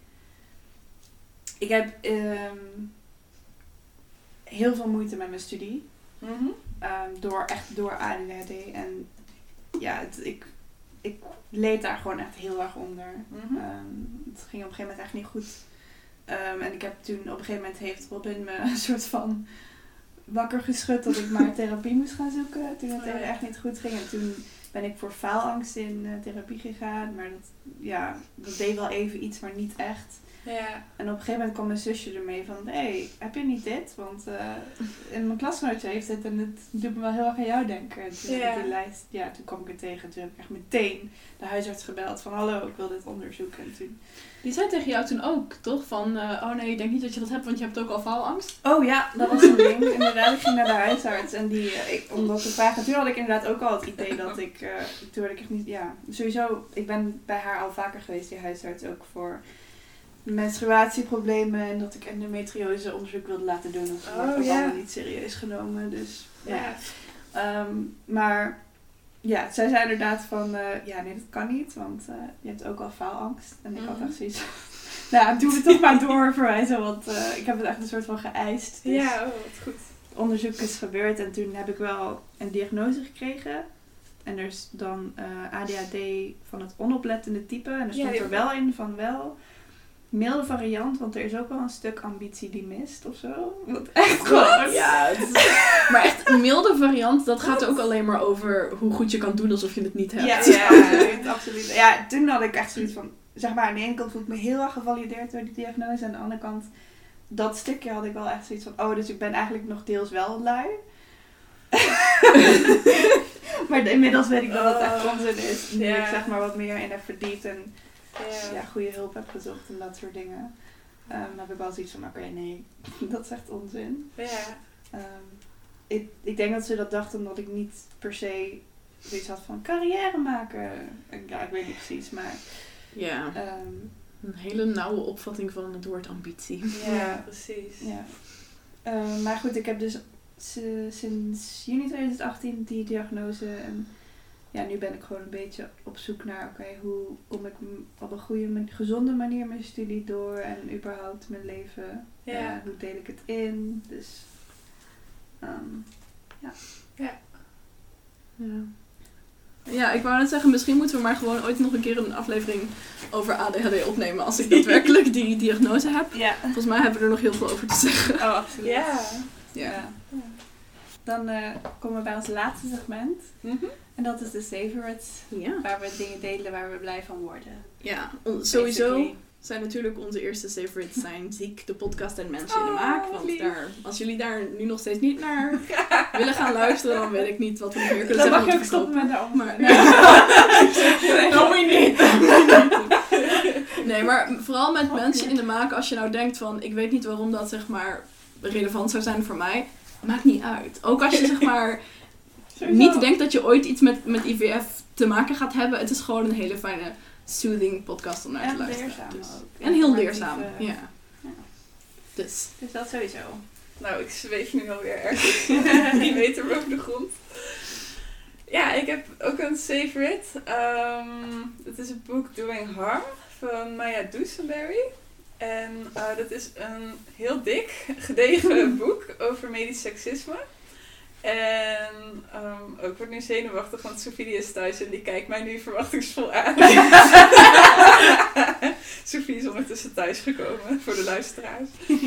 ik heb heel veel moeite met mijn studie. Mm-hmm. Door ADHD. En ja, ik leed daar gewoon echt heel erg onder. Mm-hmm. Het ging op een gegeven moment echt niet goed. En ik heb toen op een gegeven moment heeft Robin me een soort van wakker geschud dat ik maar therapie moest gaan zoeken. Toen het echt niet goed ging. En toen ben ik voor faalangst in therapie gegaan. Maar dat deed wel even iets, maar niet echt. Ja. En op een gegeven moment kwam mijn zusje ermee van... Hey, heb je niet dit? Want in mijn klasgenootje heeft het en het doet me wel heel erg aan jou denken. En toen heb ik die lijst... Ja, toen kwam ik er tegen. Toen heb ik echt meteen de huisarts gebeld van... Hallo, ik wil dit onderzoeken. En toen... Die zei tegen jou toen ook, toch? Van, oh nee, ik denk niet dat je dat hebt, want je hebt ook al faalangst. Oh ja, dat was een ding. Inderdaad, ik ging naar de huisarts. En om dat te vragen... Toen had ik inderdaad ook al het idee dat ik... toen had ik echt niet... Ja, sowieso... Ik ben bij haar al vaker geweest, die huisarts, ook voor... menstruatieproblemen en dat ik endometriose onderzoek wilde laten doen. Dat was allemaal niet serieus genomen. Dus, ja. Maar ja, zij zei inderdaad van, nee, dat kan niet, want je hebt ook al faalangst. En ik had echt zoiets van, nou, doe het toch maar door voor mij zo, want ik heb het echt een soort van geëist. Dus Ja, wat goed. onderzoek is gebeurd en toen heb ik wel een diagnose gekregen. En er is dan ADHD van het onoplettende type. En er stond er wel in van wel milde variant, want er is ook wel een stuk ambitie die mist of zo. Wat echt gewoon. Ja, maar echt een milde variant, dat gaat ook alleen maar over hoe goed je kan doen alsof je het niet hebt. Ja, absoluut, absoluut. Ja, toen had ik echt zoiets van, zeg maar, aan de ene kant voel ik me heel erg gevalideerd door die diagnose. En aan de andere kant, dat stukje had ik wel echt zoiets van, dus ik ben eigenlijk nog deels wel lui. Maar inmiddels weet ik dat het echt onzin is. Nu ik zeg maar wat meer in heb verdiept en goede hulp heb gezocht en dat soort dingen. Heb ik wel zoiets van, oké, nee, dat is echt onzin. Ja. Ik denk dat ze dat dachten omdat ik niet per se zoiets had van carrière maken. Ja, ik weet niet precies, maar... Ja, een hele nauwe opvatting van het woord ambitie. Ja, precies. Ja. Maar goed, ik heb dus sinds juni 2018 die diagnose en ja, nu ben ik gewoon een beetje op zoek naar, hoe kom ik op een goede, gezonde manier mijn studie door en überhaupt mijn leven. Ja. Hoe deel ik het in? Dus, Ja, ik wou net zeggen, misschien moeten we maar gewoon ooit nog een keer een aflevering over ADHD opnemen als ik daadwerkelijk die diagnose heb. Ja. Volgens mij hebben we er nog heel veel over te zeggen. Oh, absoluut. Ja. Dan komen we bij ons laatste segment. Mm-hmm. En dat is de favorites. Ja. Waar we dingen delen waar we blij van worden. Ja, sowieso Basically. zijn natuurlijk onze eerste favorites zijn Ziek, de podcast en Mensen in de Maak. Want als jullie daar nu nog steeds niet naar willen gaan luisteren, dan weet ik niet wat we nog meer kunnen Dan zeggen. mag je ook stoppen met daarom. Maar dat moet je niet. Nee, maar vooral met Mensen in de Maak, als je nou denkt van, ik weet niet waarom dat zeg maar relevant zou zijn voor mij, maakt niet uit. Ook als je zeg maar niet denkt dat je ooit iets met IVF te maken gaat hebben, het is gewoon een hele fijne soothing podcast om naar te luisteren. Leerzaam ook. En heel leerzaam, ja. Dus dat sowieso. Nou, ik zweef nu alweer ergens 3 meter boven de grond. Ja, ik heb ook een favorite. Het is het boek Doing Harm van Maya Dusenberry. En dat is een heel dik, gedegen boek over medisch seksisme. En ik word nu zenuwachtig, want Sophie die is thuis en die kijkt mij nu verwachtingsvol aan. Sophie is ondertussen thuisgekomen, voor de luisteraars.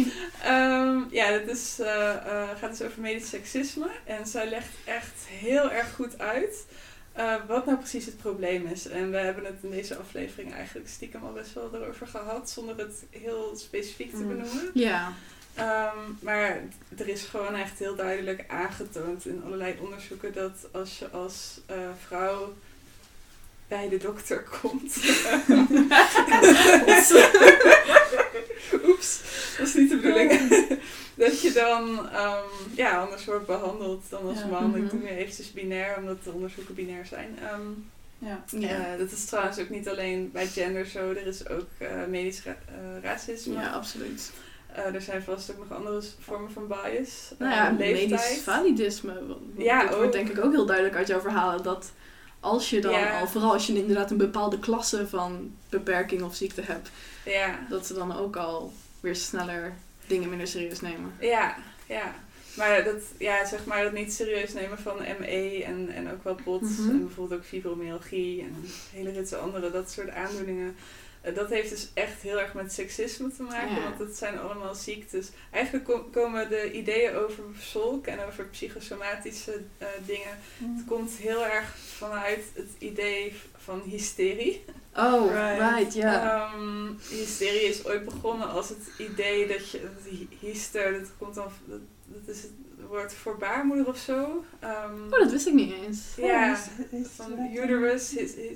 Het gaat dus over medisch seksisme. En zij legt echt heel erg goed uit wat nou precies het probleem is. En we hebben het in deze aflevering eigenlijk stiekem al best wel erover gehad, zonder het heel specifiek te benoemen. ja. Maar er is gewoon echt heel duidelijk aangetoond in allerlei onderzoeken dat als je als vrouw bij de dokter komt. Oeps, dat is niet de bedoeling. Dat je dan anders wordt behandeld dan als man. Ik doe nu eventjes binair, omdat de onderzoeken binair zijn. Dat is trouwens ook niet alleen bij gender zo. Er is ook medisch racisme. Ja, absoluut. Er zijn vast ook nog andere vormen van bias. Medisch leeftijd. validisme. Dat wordt denk ik ook heel duidelijk uit jouw verhalen. Dat als je dan vooral als je inderdaad een bepaalde klasse van beperking of ziekte hebt. Ja. Dat ze dan ook al weer sneller dingen minder serieus nemen. Ja. Maar dat niet serieus nemen van ME en ook wel POTS. En bijvoorbeeld ook fibromyalgie en een hele rits andere, dat soort aandoeningen. Dat heeft dus echt heel erg met seksisme te maken, want dat zijn allemaal ziektes. Eigenlijk komen de ideeën over solk en over psychosomatische dingen, het komt heel erg vanuit het idee van hysterie. Oh, right, ja. Hysterie is ooit begonnen als het idee dat je, dat komt dan, dat is het woord voor baarmoeder of zo. Dat wist ik niet eens. Ja, van uterus,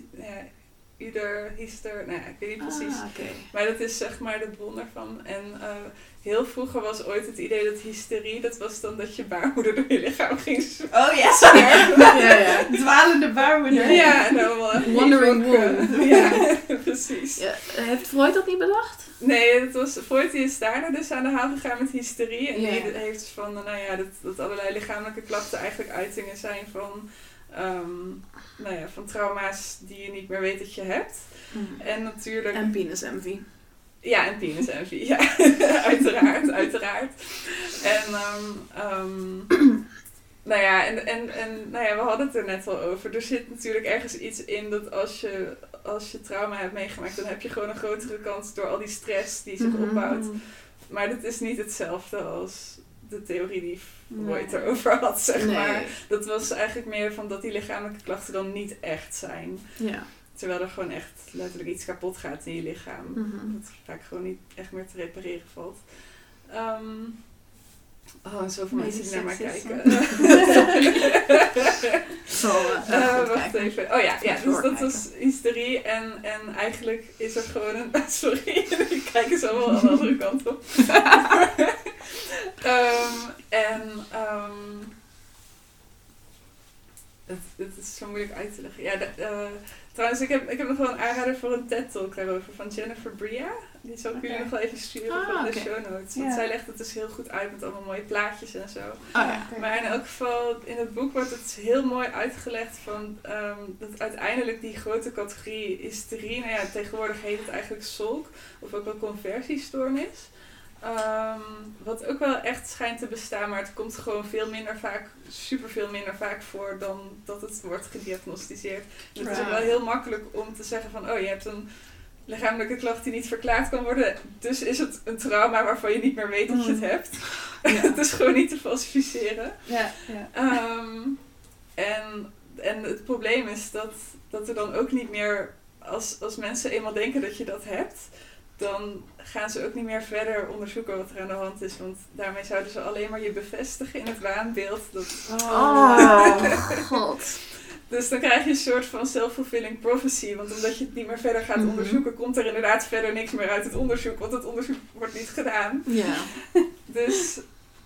hyster, ik weet niet precies. Okay. Maar dat is zeg maar de bron ervan. En heel vroeger was ooit het idee dat hysterie, dat was dan dat je baarmoeder door je lichaam ging. Oh ja, ja. Dwalende baarmoeder. Ja, en allemaal Wandering womb. Ja, Precies. Ja, heeft Freud dat niet bedacht? Nee, Freud die is daarna dus aan de haal gegaan met hysterie. En Ja. die heeft dus van, dat allerlei lichamelijke klachten eigenlijk uitingen zijn van, van trauma's die je niet meer weet dat je hebt. En natuurlijk... En penis envy. Ja, en penis envy, ja. uiteraard. En we hadden het er net al over. Er zit natuurlijk ergens iets in dat als je trauma hebt meegemaakt, dan heb je gewoon een grotere kans door al die stress die zich opbouwt. Maar dat is niet hetzelfde als de theorie die Freud erover had, zeg maar. Dat was eigenlijk meer van dat die lichamelijke klachten dan niet echt zijn. Ja. Terwijl er gewoon echt letterlijk iets kapot gaat in je lichaam. Dat vaak gewoon niet echt meer te repareren valt. Zoveel mensen die naar mij kijken. Wacht even. Oh ja, dus dat was hysterie. En eigenlijk is er gewoon een... Sorry, ik kijk eens allemaal aan de andere kant op. Het is zo moeilijk uit te leggen. Ja, trouwens, ik heb nog wel een aanrader voor een TED-talk daarover van Jennifer Bria. Die zal ik jullie nog wel even sturen van de show notes. Want zij legt het dus heel goed uit met allemaal mooie plaatjes en zo. Maar in elk geval, in het boek wordt het heel mooi uitgelegd van dat uiteindelijk die grote categorie hysterie, tegenwoordig heet het eigenlijk sulk, of ook wel conversiestoornis. Wat ook wel echt schijnt te bestaan, maar het komt gewoon super veel minder vaak voor dan dat het wordt gediagnosticeerd. En het is ook wel heel makkelijk om te zeggen van, je hebt een lichamelijke klacht die niet verklaard kan worden, dus is het een trauma waarvan je niet meer weet dat je het hebt. Het is gewoon niet te falsificeren. En het probleem is dat er dan ook niet meer, als mensen eenmaal denken dat je dat hebt, dan gaan ze ook niet meer verder onderzoeken wat er aan de hand is. Want daarmee zouden ze alleen maar je bevestigen in het waanbeeld. God. Dus dan krijg je een soort van self-fulfilling prophecy. Want omdat je het niet meer verder gaat onderzoeken, komt er inderdaad verder niks meer uit het onderzoek. Want het onderzoek wordt niet gedaan. Ja. Dus,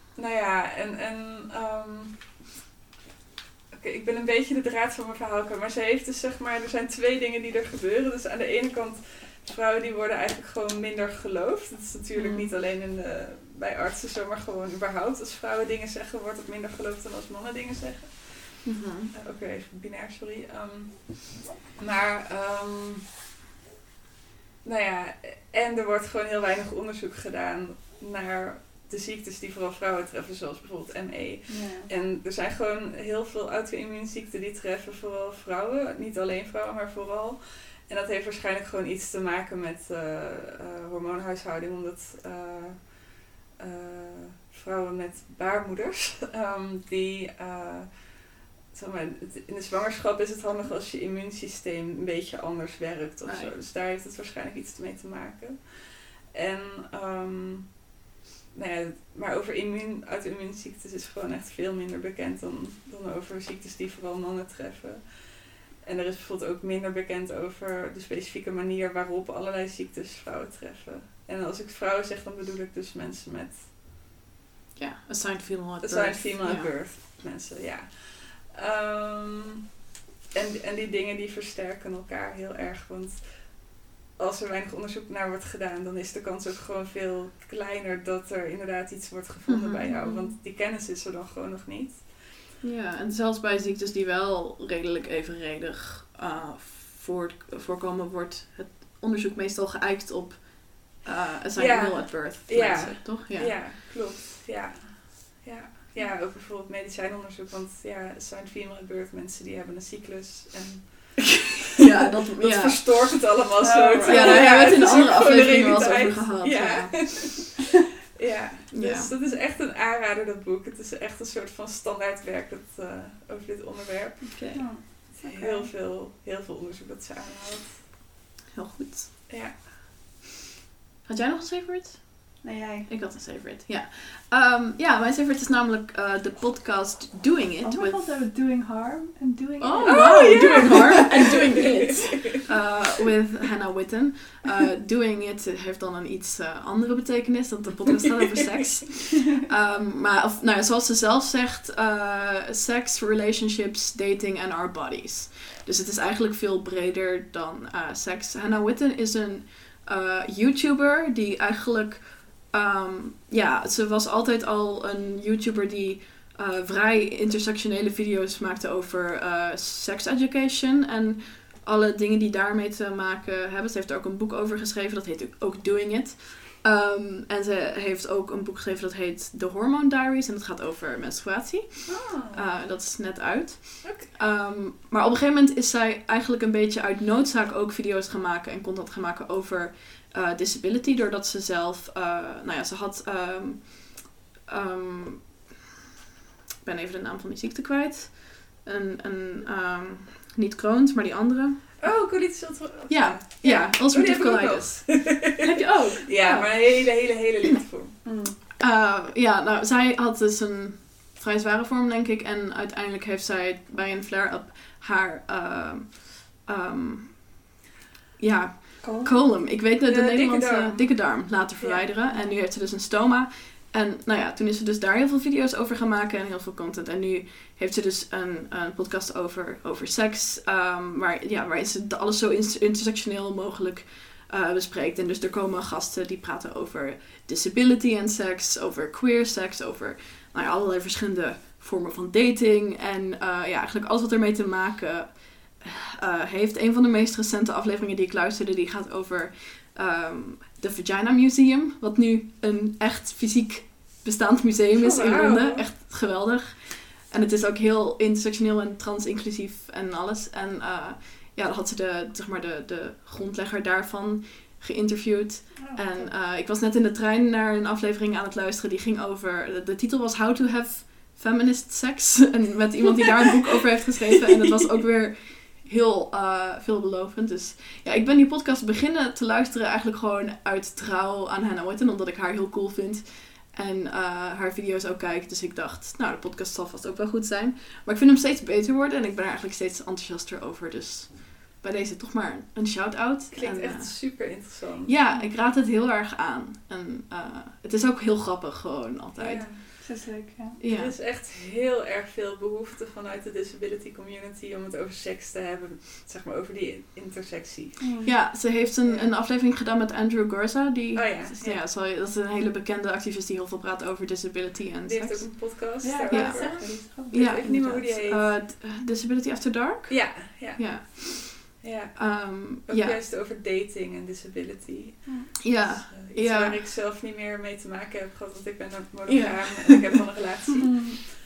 ik ben een beetje de draad van mijn verhaal kwijt. Maar ze heeft dus er zijn 2 dingen die er gebeuren. Dus aan de ene kant, vrouwen die worden eigenlijk gewoon minder geloofd. Dat is natuurlijk niet alleen bij artsen zo, maar gewoon überhaupt. Als vrouwen dingen zeggen, wordt het minder geloofd dan als mannen dingen zeggen. Even binair, sorry. En er wordt gewoon heel weinig onderzoek gedaan naar de ziektes die vooral vrouwen treffen, zoals bijvoorbeeld ME. En er zijn gewoon heel veel auto-immuunziekten die treffen vooral vrouwen. Niet alleen vrouwen, maar vooral. En dat heeft waarschijnlijk gewoon iets te maken met hormoonhuishouding, omdat vrouwen met baarmoeders, in de zwangerschap is het handig als je immuunsysteem een beetje anders werkt of zo. Dus daar heeft het waarschijnlijk iets mee te maken. En maar over auto-immuunziektes is gewoon echt veel minder bekend dan over ziektes die vooral mannen treffen. En er is bijvoorbeeld ook minder bekend over de specifieke manier waarop allerlei ziektes vrouwen treffen. En als ik vrouwen zeg, dan bedoel ik dus mensen met... Ja, assigned female at birth. Assigned female at birth. Mensen, ja. En die dingen die versterken elkaar heel erg. Want als er weinig onderzoek naar wordt gedaan, dan is de kans ook gewoon veel kleiner dat er inderdaad iets wordt gevonden bij jou. Want die kennis is er dan gewoon nog niet. Ja, en zelfs bij ziektes die wel redelijk evenredig voorkomen, wordt het onderzoek meestal geëikt op assigned female at birth mensen, toch? Ja, klopt. Ja, ook bijvoorbeeld medicijnonderzoek, want assigned female at birth mensen die hebben een cyclus en dat verstoort het allemaal zo. Ja, daar hebben we het in de andere aflevering wel eens over gehad. Dus dat is echt een aanrader, dat boek. Het is echt een soort van standaardwerk over dit onderwerp. Heel veel onderzoek dat ze aanhaalt. Heel goed. Ja. Had jij nog een favorite? Nee, jij. Ik had een favorite, ja. Mijn favorite is namelijk de podcast Doing It. Oh my god, we hebben Doing Harm en Doing It. Oh, wow, Doing Harm en Doing It. With Hannah Witten. Doing It heeft dan een iets andere betekenis, want de podcast gaat over seks. Zoals ze zelf zegt, sex, relationships, dating en our bodies. Dus het is eigenlijk veel breder dan seks. Hannah Witten is een YouTuber die eigenlijk... ze was altijd al een YouTuber die vrij intersectionele video's maakte over sex education en alle dingen die daarmee te maken hebben. Ze heeft er ook een boek over geschreven, dat heet ook Doing It. En ze heeft ook een boek geschreven dat heet The Hormone Diaries en dat gaat over menstruatie. Dat is net uit. Okay. Maar op een gegeven moment is zij eigenlijk een beetje uit noodzaak ook video's gaan maken en content gaan maken over disability, doordat ze zelf, ze had, ik ben even de naam van die ziekte kwijt, niet Crohn's, maar die andere. Oh, colitis ulcerosa. Ja, ulcerative colitis. Heb je ook? Ja, maar een hele lichte vorm. Zij had dus een vrij zware vorm, denk ik, en uiteindelijk heeft zij bij een flare-up haar, colon. Ik weet de Nederlandse dikke darm laten verwijderen. Ja. En nu heeft ze dus een stoma. En toen is ze dus daar heel veel video's over gaan maken en heel veel content. En nu heeft ze dus een podcast over seks. Waarin ze alles zo intersectioneel mogelijk bespreekt. En dus er komen gasten die praten over disability en seks. Over queer seks. Over allerlei verschillende vormen van dating. En eigenlijk alles wat ermee te maken heeft. Een van de meest recente afleveringen die ik luisterde, die gaat over de Vagina Museum. Wat nu een echt fysiek bestaand museum is in Londen. Echt geweldig. En het is ook heel intersectioneel en trans-inclusief en alles. En dan had ze de grondlegger daarvan geïnterviewd. En ik was net in de trein naar een aflevering aan het luisteren. Die ging over... De titel was How to Have Feminist Sex. En met iemand die daar een boek over heeft geschreven. En dat was ook weer heel veelbelovend. Dus ik ben die podcast beginnen te luisteren eigenlijk gewoon uit trouw aan Hannah Witten. Omdat ik haar heel cool vind. En haar video's ook kijk. Dus ik dacht, de podcast zal vast ook wel goed zijn. Maar ik vind hem steeds beter worden. En ik ben er eigenlijk steeds enthousiaster over. Dus bij deze toch maar een shout-out. Klinkt echt super interessant. Ja, ik raad het heel erg aan. En het is ook heel grappig gewoon altijd. Ja. Dat is leuk, ja. Er is echt heel erg veel behoefte vanuit de disability community om het over seks te hebben. Zeg maar over die intersectie. Ja, ze heeft een aflevering gedaan met Andrew Gorza. Dat is een hele bekende activist die heel veel praat over disability en die seks. Die heeft ook een podcast. Ja, ik weet niet meer hoe die heet. Disability After Dark? Ja. Ook ja. juist over dating en disability. Ja. Dus, iets waar ik zelf niet meer mee te maken heb gehad, want ik ben monogaam en ik heb al een relatie.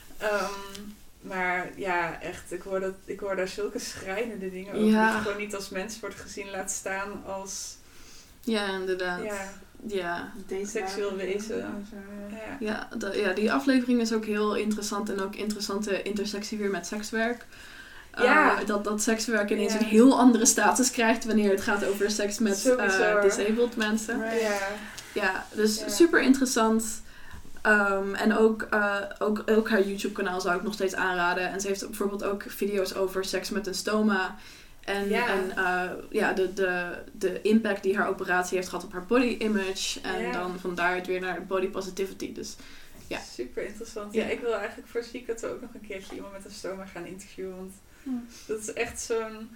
Maar ja, echt, ik hoor daar zulke schrijnende dingen over. Dat je gewoon niet als mens wordt gezien, laat staan als... Ja, inderdaad. Ja. Seksueel wezen. Die aflevering is ook heel interessant en ook interessante intersectie weer met sekswerk. Dat sekswerk ineens een heel andere status krijgt wanneer het gaat over seks met disabled mensen. Dus super interessant. En ook haar YouTube-kanaal zou ik nog steeds aanraden. En ze heeft bijvoorbeeld ook video's over seks met een stoma. En de impact die haar operatie heeft gehad op haar body image. En dan van daaruit weer naar body positivity. Dus ja. Super interessant. Ja, ik wil eigenlijk voor ziek dat we ook nog een keertje iemand met een stoma gaan interviewen. Want dat is echt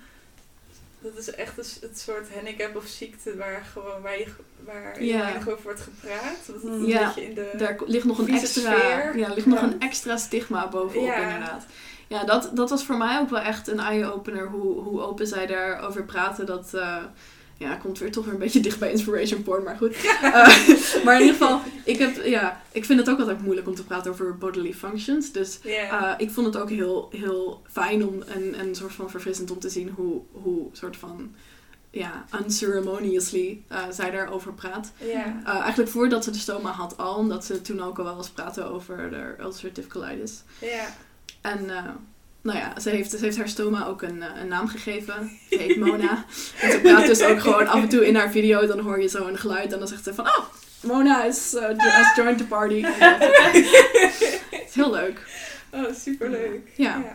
het soort handicap of ziekte waar weinig over wordt gepraat. Dat het een beetje in de daar ligt nog een extra stigma bovenop inderdaad. Ja, dat was voor mij ook wel echt een eye-opener hoe open zij daarover praten. Dat komt weer toch weer een beetje dicht bij inspiration porn, maar goed. Maar in ieder geval, ik vind het ook altijd moeilijk om te praten over bodily functions. Dus ik vond het ook heel, heel fijn om en soort van verfrissend om te zien hoe soort van unceremoniously zij daarover praat. Eigenlijk voordat ze de stoma had al, omdat ze toen ook al wel eens praten over de ulcerative colitis. En ze heeft haar stoma ook een naam gegeven. Ze heet Mona. En ze praat dus ook gewoon af en toe in haar video. Dan hoor je zo een geluid. En dan zegt ze van... Mona has joined the party. Het is heel leuk. Oh, superleuk. Ja.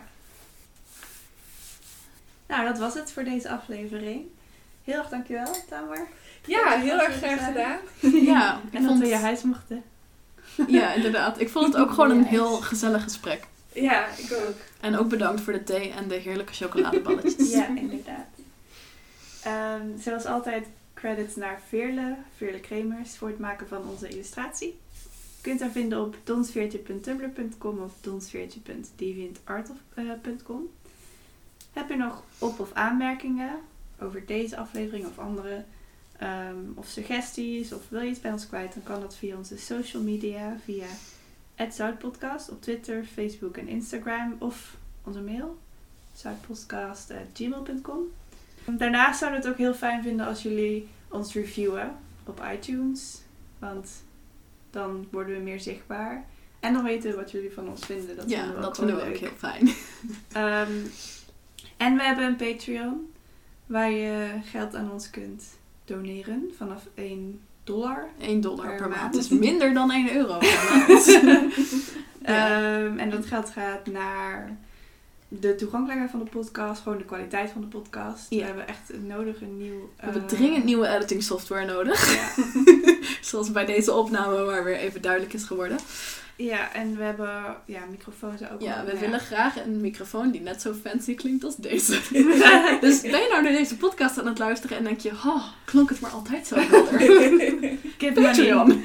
Nou, dat was het voor deze aflevering. Heel erg dankjewel, Tamar. Ja, heel erg graag gedaan. Ja, En dat we je huis mochten. Ja, inderdaad. Ik vond het ook gewoon een heel gezellig gesprek. Ja, ik ook. En ook bedankt voor de thee en de heerlijke chocoladeballetjes. Ja, inderdaad. Zoals altijd credits naar Veerle Kremers voor het maken van onze illustratie. Je kunt haar vinden op donsveertje.tumblr.com of donsveertje.deviantart.com. Heb je nog op- of aanmerkingen over deze aflevering of andere, of suggesties, of wil je iets bij ons kwijt, dan kan dat via onze social media, via @zoutpodcast op Twitter, Facebook en Instagram, of onze mail, zoutpodcast@gmail.com. Daarnaast zouden we het ook heel fijn vinden als jullie ons reviewen op iTunes, want dan worden we meer zichtbaar. En dan weten we wat jullie van ons vinden. Dat vinden we ook heel fijn. En we hebben een Patreon waar je geld aan ons kunt doneren vanaf $1. $1 per maand. Dus minder dan €1 per maand. En dat geld gaat naar de toegankelijkheid van de podcast, gewoon de kwaliteit van de podcast. Ja. We hebben echt nodig een nieuw... We hebben dringend nieuwe editing software nodig. Ja. Zoals bij deze opname maar weer even duidelijk is geworden. Ja, en we hebben microfoons ook. Ja, we willen graag een microfoon die net zo fancy klinkt als deze. Dus ben je nou naar deze podcast aan het luisteren en denk je, klonk het maar altijd zo helder. Patreon.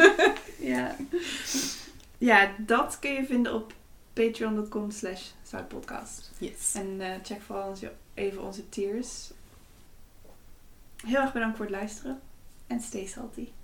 Ja, dat kun je vinden op patreon.com/zoutpodcast. Yes. En check vooral even onze tiers. Heel erg bedankt voor het luisteren. En stay salty.